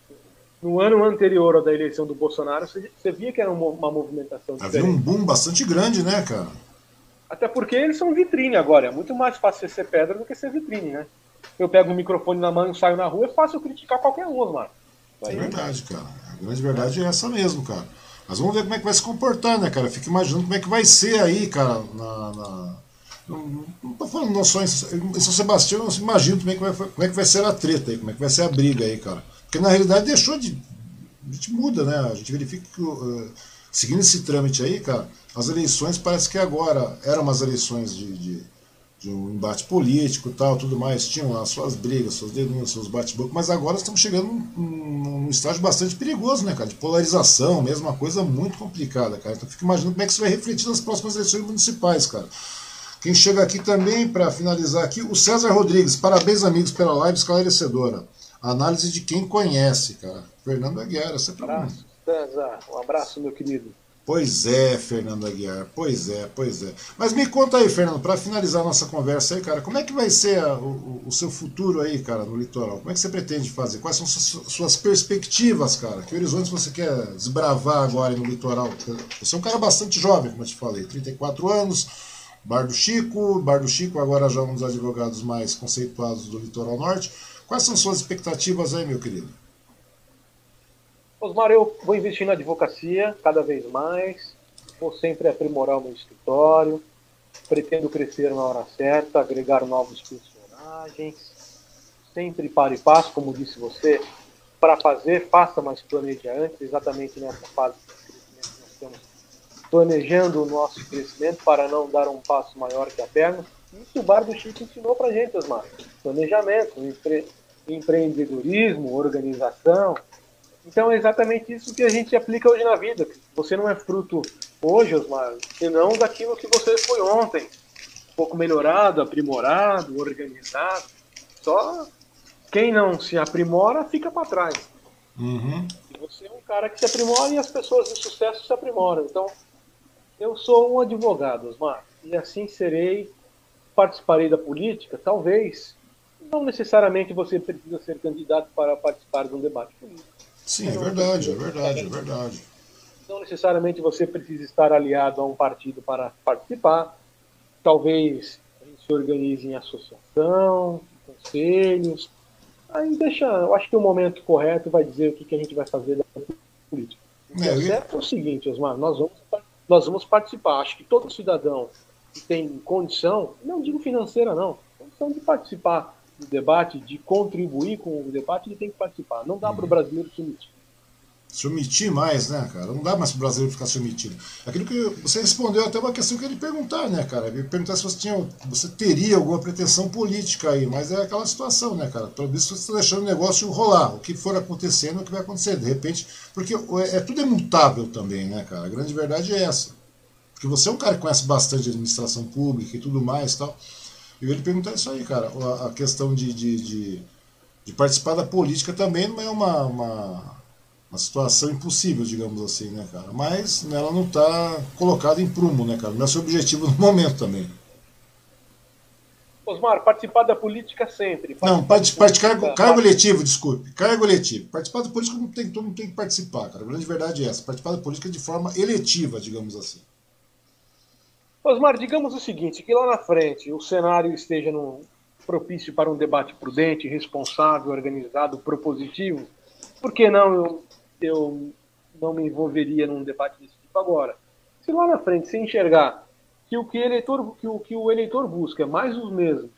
no ano anterior à da eleição do Bolsonaro, você via que era uma, uma movimentação diferente. Havia um boom bastante grande, né, cara? Até porque eles são vitrine agora. É muito mais fácil ser pedra do que ser vitrine, né? Eu pego um microfone na mão e saio na rua, é fácil criticar qualquer um, mano. É verdade, cara. A grande verdade é essa mesmo, cara. Mas vamos ver como é que vai se comportar, né, cara? Fico imaginando como é que vai ser aí, cara, na... na... Não, não tô falando não só em, em São Sebastião, eu imagino como é, que vai, como é que vai ser a treta aí, como é que vai ser a briga aí, cara. Porque na realidade deixou de... A gente muda, né? A gente verifica que, uh, seguindo esse trâmite aí, cara, as eleições parece que agora eram umas eleições de, de, de um embate político e tal, tudo mais, tinham as suas brigas, suas denúncias, seus bate-boca, mas agora estamos chegando num, num estágio bastante perigoso, né, cara? De polarização, mesmo uma coisa muito complicada, cara. Então fico imaginando como é que isso vai refletir nas próximas eleições municipais, cara. Quem chega aqui também, para finalizar aqui, o César Rodrigues. Parabéns, amigos, pela live esclarecedora. Análise de quem conhece, cara. Fernando Aguiar, essa é um abraço, César. Um abraço, meu querido. Pois é, Fernando Aguiar. Pois é, pois é. Mas me conta aí, Fernando, para finalizar a nossa conversa aí, cara, como é que vai ser a, o, o seu futuro aí, cara, no litoral? Como é que você pretende fazer? Quais são suas, suas perspectivas, cara? Que horizontes você quer desbravar agora no litoral? Você é um cara bastante jovem, como eu te falei, trinta e quatro anos. Bar do Chico, Bar do Chico agora já um dos advogados mais conceituados do Litoral Norte. Quais são suas expectativas aí, meu querido? Osmar, eu vou investir na advocacia cada vez mais, vou sempre aprimorar o meu escritório, pretendo crescer na hora certa, agregar novos personagens, sempre para e passo, como disse você, para fazer, faça, mas planeje antes, exatamente nessa fase de crescimento que nós estamos planejando o nosso crescimento para não dar um passo maior que a perna. Isso o Bar do Chico ensinou para a gente, Osmar. Planejamento, empre... empreendedorismo, organização. Então é exatamente isso que a gente aplica hoje na vida. Você não é fruto hoje, Osmar, senão daquilo que você foi ontem. Um pouco melhorado, aprimorado, organizado. Só quem não se aprimora fica para trás. Uhum. E você é um cara que se aprimora e as pessoas de sucesso se aprimoram. Então, eu sou um advogado, Osmar, e assim serei. Participarei da política, talvez. Não necessariamente você precisa ser candidato para participar de um debate político. Sim, é verdade, é verdade, é verdade. Não necessariamente você precisa estar aliado a um partido para participar. Talvez a gente se organize em associação, conselhos. Aí deixa, eu acho que o momento correto vai dizer o que, que a gente vai fazer da política. O que é, é certo é o seguinte, Osmar, nós vamos, nós vamos participar. Acho que todo cidadão que tem condição, não digo financeira não, condição de participar do debate, de contribuir com o debate, ele tem que participar. Não dá uhum. para o brasileiro se omitir. Se omitir mais, né, cara? Não dá mais para o brasileiro ficar se omitindo. Aquilo que você respondeu até uma questão que eu ia lhe perguntar, né, cara? Eu ia perguntar se você, tinha, você teria alguma pretensão política aí, mas é aquela situação, né, cara? Pelo visto você está deixando o negócio rolar. O que for acontecendo é o que vai acontecer, de repente. Porque é, é, tudo é mutável também, né, cara? A grande verdade é essa. Porque você é um cara que conhece bastante de administração pública e tudo mais e tal. Eu ia lhe perguntar isso aí, cara. A, a questão de, de, de, de participar da política também não é uma, uma, uma situação impossível, digamos assim, né, cara? Mas ela não está colocada em prumo, né, cara? Não é seu objetivo no momento também. Osmar, participar da política sempre. Não, participar de cargo, cargo eletivo, desculpe. Cargo eletivo. Participar da política não tem, todo mundo tem que participar, cara. A grande verdade é essa. Participar da política de forma eletiva, digamos assim. Osmar, digamos o seguinte, que lá na frente o cenário esteja num, propício para um debate prudente, responsável, organizado, propositivo, por que não eu, eu não me envolveria num debate desse tipo agora? Se lá na frente você enxergar que o que, eleitor, que o, que o eleitor busca é mais os mesmos,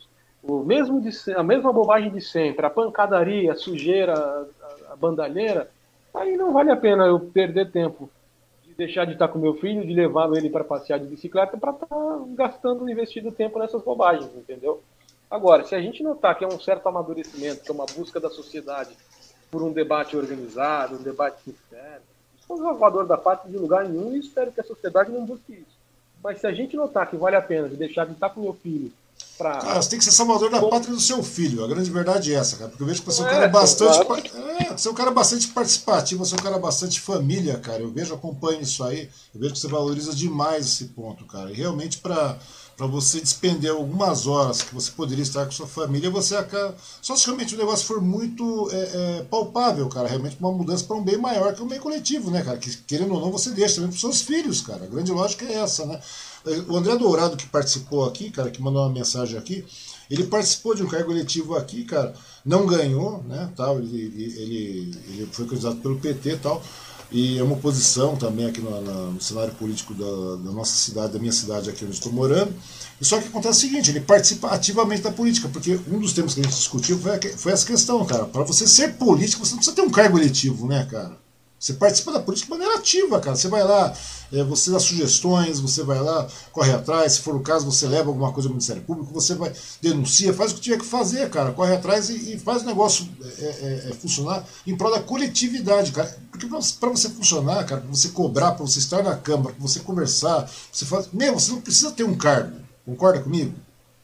o mesmo de, a mesma bobagem de sempre, a pancadaria, a sujeira, a, a bandalheira, aí não vale a pena eu perder tempo de deixar de estar com meu filho, de levá-lo ele para passear de bicicleta para estar gastando, investido tempo nessas bobagens, entendeu? Agora, se a gente notar que é um certo amadurecimento, que é uma busca da sociedade por um debate organizado, um debate sincero, não sou salvador da pátria de lugar nenhum e espero que a sociedade não busque isso. Mas se a gente notar que vale a pena de deixar de estar com meu filho para... Cara, você tem que ser salvador da pátria do seu filho. A grande verdade é essa, cara. Porque eu vejo que você é um É, cara bastante. claro. É, você é um cara bastante participativo, você é um cara bastante família, cara. Eu vejo, acompanho isso aí. Eu vejo que você valoriza demais esse ponto, cara. E realmente, para para você despender algumas horas que você poderia estar com sua família, você acaba. Só se realmente o negócio for muito é, é, palpável, cara. Realmente uma mudança para um bem maior que um bem coletivo, né, cara? Que querendo ou não, você deixa também para os seus filhos, cara. A grande lógica é essa, né? O André Dourado, que participou aqui, cara, que mandou uma mensagem aqui, ele participou de um cargo eletivo aqui, cara, não ganhou, né, tal, ele, ele, ele foi candidato pelo P T e tal, e é uma oposição também aqui no, no cenário político da, da nossa cidade, da minha cidade aqui onde estou morando. E só que acontece o seguinte, ele participa ativamente da política, porque um dos temas que a gente discutiu foi, foi essa questão, cara, para você ser político, você não precisa ter um cargo eletivo, né, cara? Você participa da política de maneira ativa, cara. Você vai lá, é, você dá sugestões, você vai lá, corre atrás, se for o caso, você leva alguma coisa ao Ministério Público, você vai, denuncia, faz o que tiver que fazer, cara. Corre atrás e, e faz o negócio é, é, é, funcionar em prol da coletividade, cara. Porque para você funcionar, cara, para você cobrar, para você estar na Câmara, para você conversar, você faz. Meu, você não precisa ter um cargo. Concorda comigo?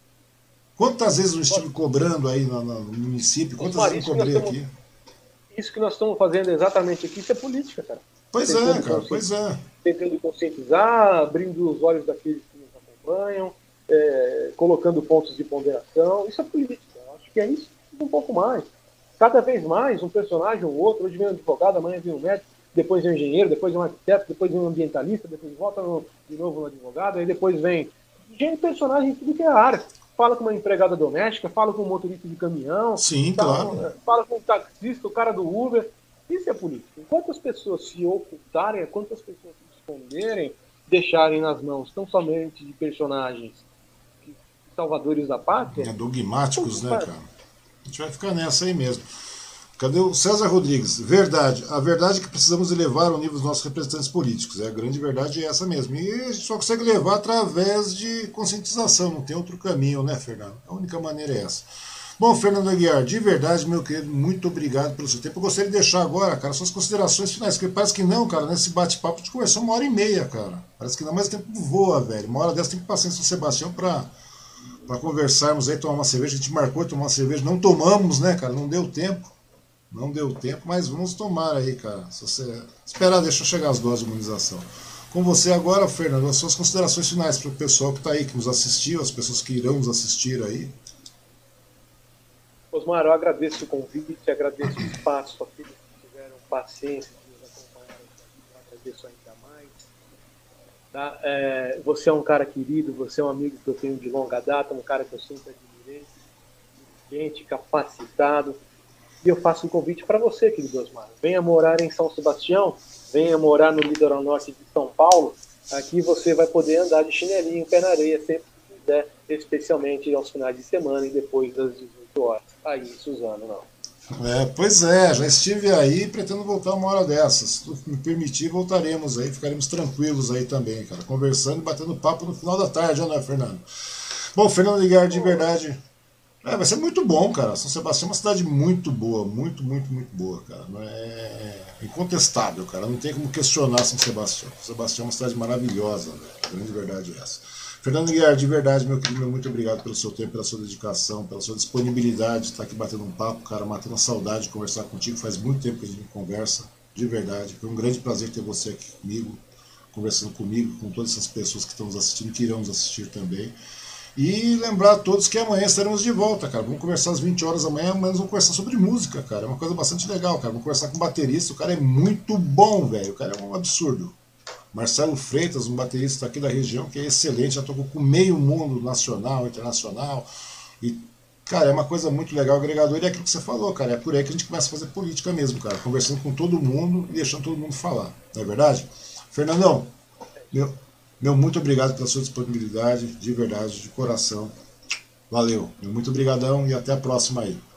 Quantas vezes eu estive cobrando aí no, no município, quantas vezes eu cobrei aqui? Isso que nós estamos fazendo exatamente aqui, isso é política, cara. Pois é, cara, pois é. Tentando conscientizar, abrindo os olhos daqueles que nos acompanham, é, colocando pontos de ponderação, isso é política. Eu acho que é isso um pouco mais. Cada vez mais, um personagem ou outro, hoje vem um advogado, amanhã vem um médico, depois vem um engenheiro, depois vem um arquiteto, depois vem um ambientalista, depois volta no, de novo no advogado, aí depois vem gente, personagem em tudo que é área. Fala com uma empregada doméstica, fala com um motorista de caminhão, sim, tá, claro. Fala com um taxista, o cara do Uber. Isso é política. Enquanto as pessoas se ocultarem, enquanto as pessoas se esconderem, deixarem nas mãos tão somente de personagens que, salvadores da pátria... É dogmáticos, né, cara? A gente vai ficar nessa aí mesmo. Cadê o César Rodrigues? Verdade. A verdade é que precisamos elevar ao nível dos nossos representantes políticos. É, a grande verdade é essa mesmo. E a gente só consegue levar através de conscientização. Não tem outro caminho, né, Fernando? A única maneira é essa. Bom, Fernando Aguiar, de verdade, meu querido, muito obrigado pelo seu tempo. Eu gostaria de deixar agora, cara, suas considerações finais, porque parece que não, cara, nesse bate-papo a gente conversou uma hora e meia, cara. Parece que não, mas o tempo voa, velho. Uma hora dessa tem que passar em São Sebastião pra, pra conversarmos aí, tomar uma cerveja. A gente marcou tomar uma cerveja, não tomamos, né, cara? Não deu tempo. Não deu tempo, mas vamos tomar aí, cara. Se você esperar, deixa eu chegar as doses de imunização. Com você agora, Fernando, as suas considerações finais para o pessoal que está aí, que nos assistiu, as pessoas que irão nos assistir aí. Osmar, eu agradeço o convite, agradeço o espaço, aqueles que tiveram paciência de nos acompanhar aqui, eu agradeço ainda mais. Tá? É, você é um cara querido, você é um amigo que eu tenho de longa data, um cara que eu sempre admirei, gente capacitado. E eu faço um convite para você, querido Osmar. Venha morar em São Sebastião, venha morar no litoral norte de São Paulo. Aqui você vai poder andar de chinelinho, pé na areia, sempre que quiser, especialmente aos finais de semana e depois das dezoito horas. Aí, Suzano, não. É, pois é, já estive aí e pretendo voltar uma hora dessas. Se tu me permitir, voltaremos aí, ficaremos tranquilos aí também, cara. Conversando e batendo papo no final da tarde, não é, Fernando? Bom, Fernando Ligar, de verdade... É, vai ser muito bom, cara. São Sebastião é uma cidade muito boa, muito, muito, muito boa, cara. Não é incontestável, cara. Não tem como questionar São Sebastião. São Sebastião é uma cidade maravilhosa, velho. A grande verdade é essa. Fernando Guiar, de verdade, meu querido, muito obrigado pelo seu tempo, pela sua dedicação, pela sua disponibilidade de estar aqui batendo um papo, cara, matando a saudade de conversar contigo. Faz muito tempo que a gente conversa, de verdade. Foi um grande prazer ter você aqui comigo, conversando comigo, com todas essas pessoas que estão nos assistindo, que irão nos assistir também. E lembrar a todos que amanhã estaremos de volta, cara. Vamos conversar às vinte horas da manhã, mas vamos conversar sobre música, cara. É uma coisa bastante legal, cara. Vamos conversar com o baterista. O cara é muito bom, velho. O cara é um absurdo. Marcelo Freitas, um baterista aqui da região, que é excelente. Já tocou com meio mundo nacional, internacional. E, cara, é uma coisa muito legal. O agregador é aquilo que você falou, cara. É por aí que a gente começa a fazer política mesmo, cara. Conversando com todo mundo e deixando todo mundo falar. Não é verdade? Fernandão, meu... Meu, muito obrigado pela sua disponibilidade, de verdade, de coração. Valeu, muito obrigadão e até a próxima aí.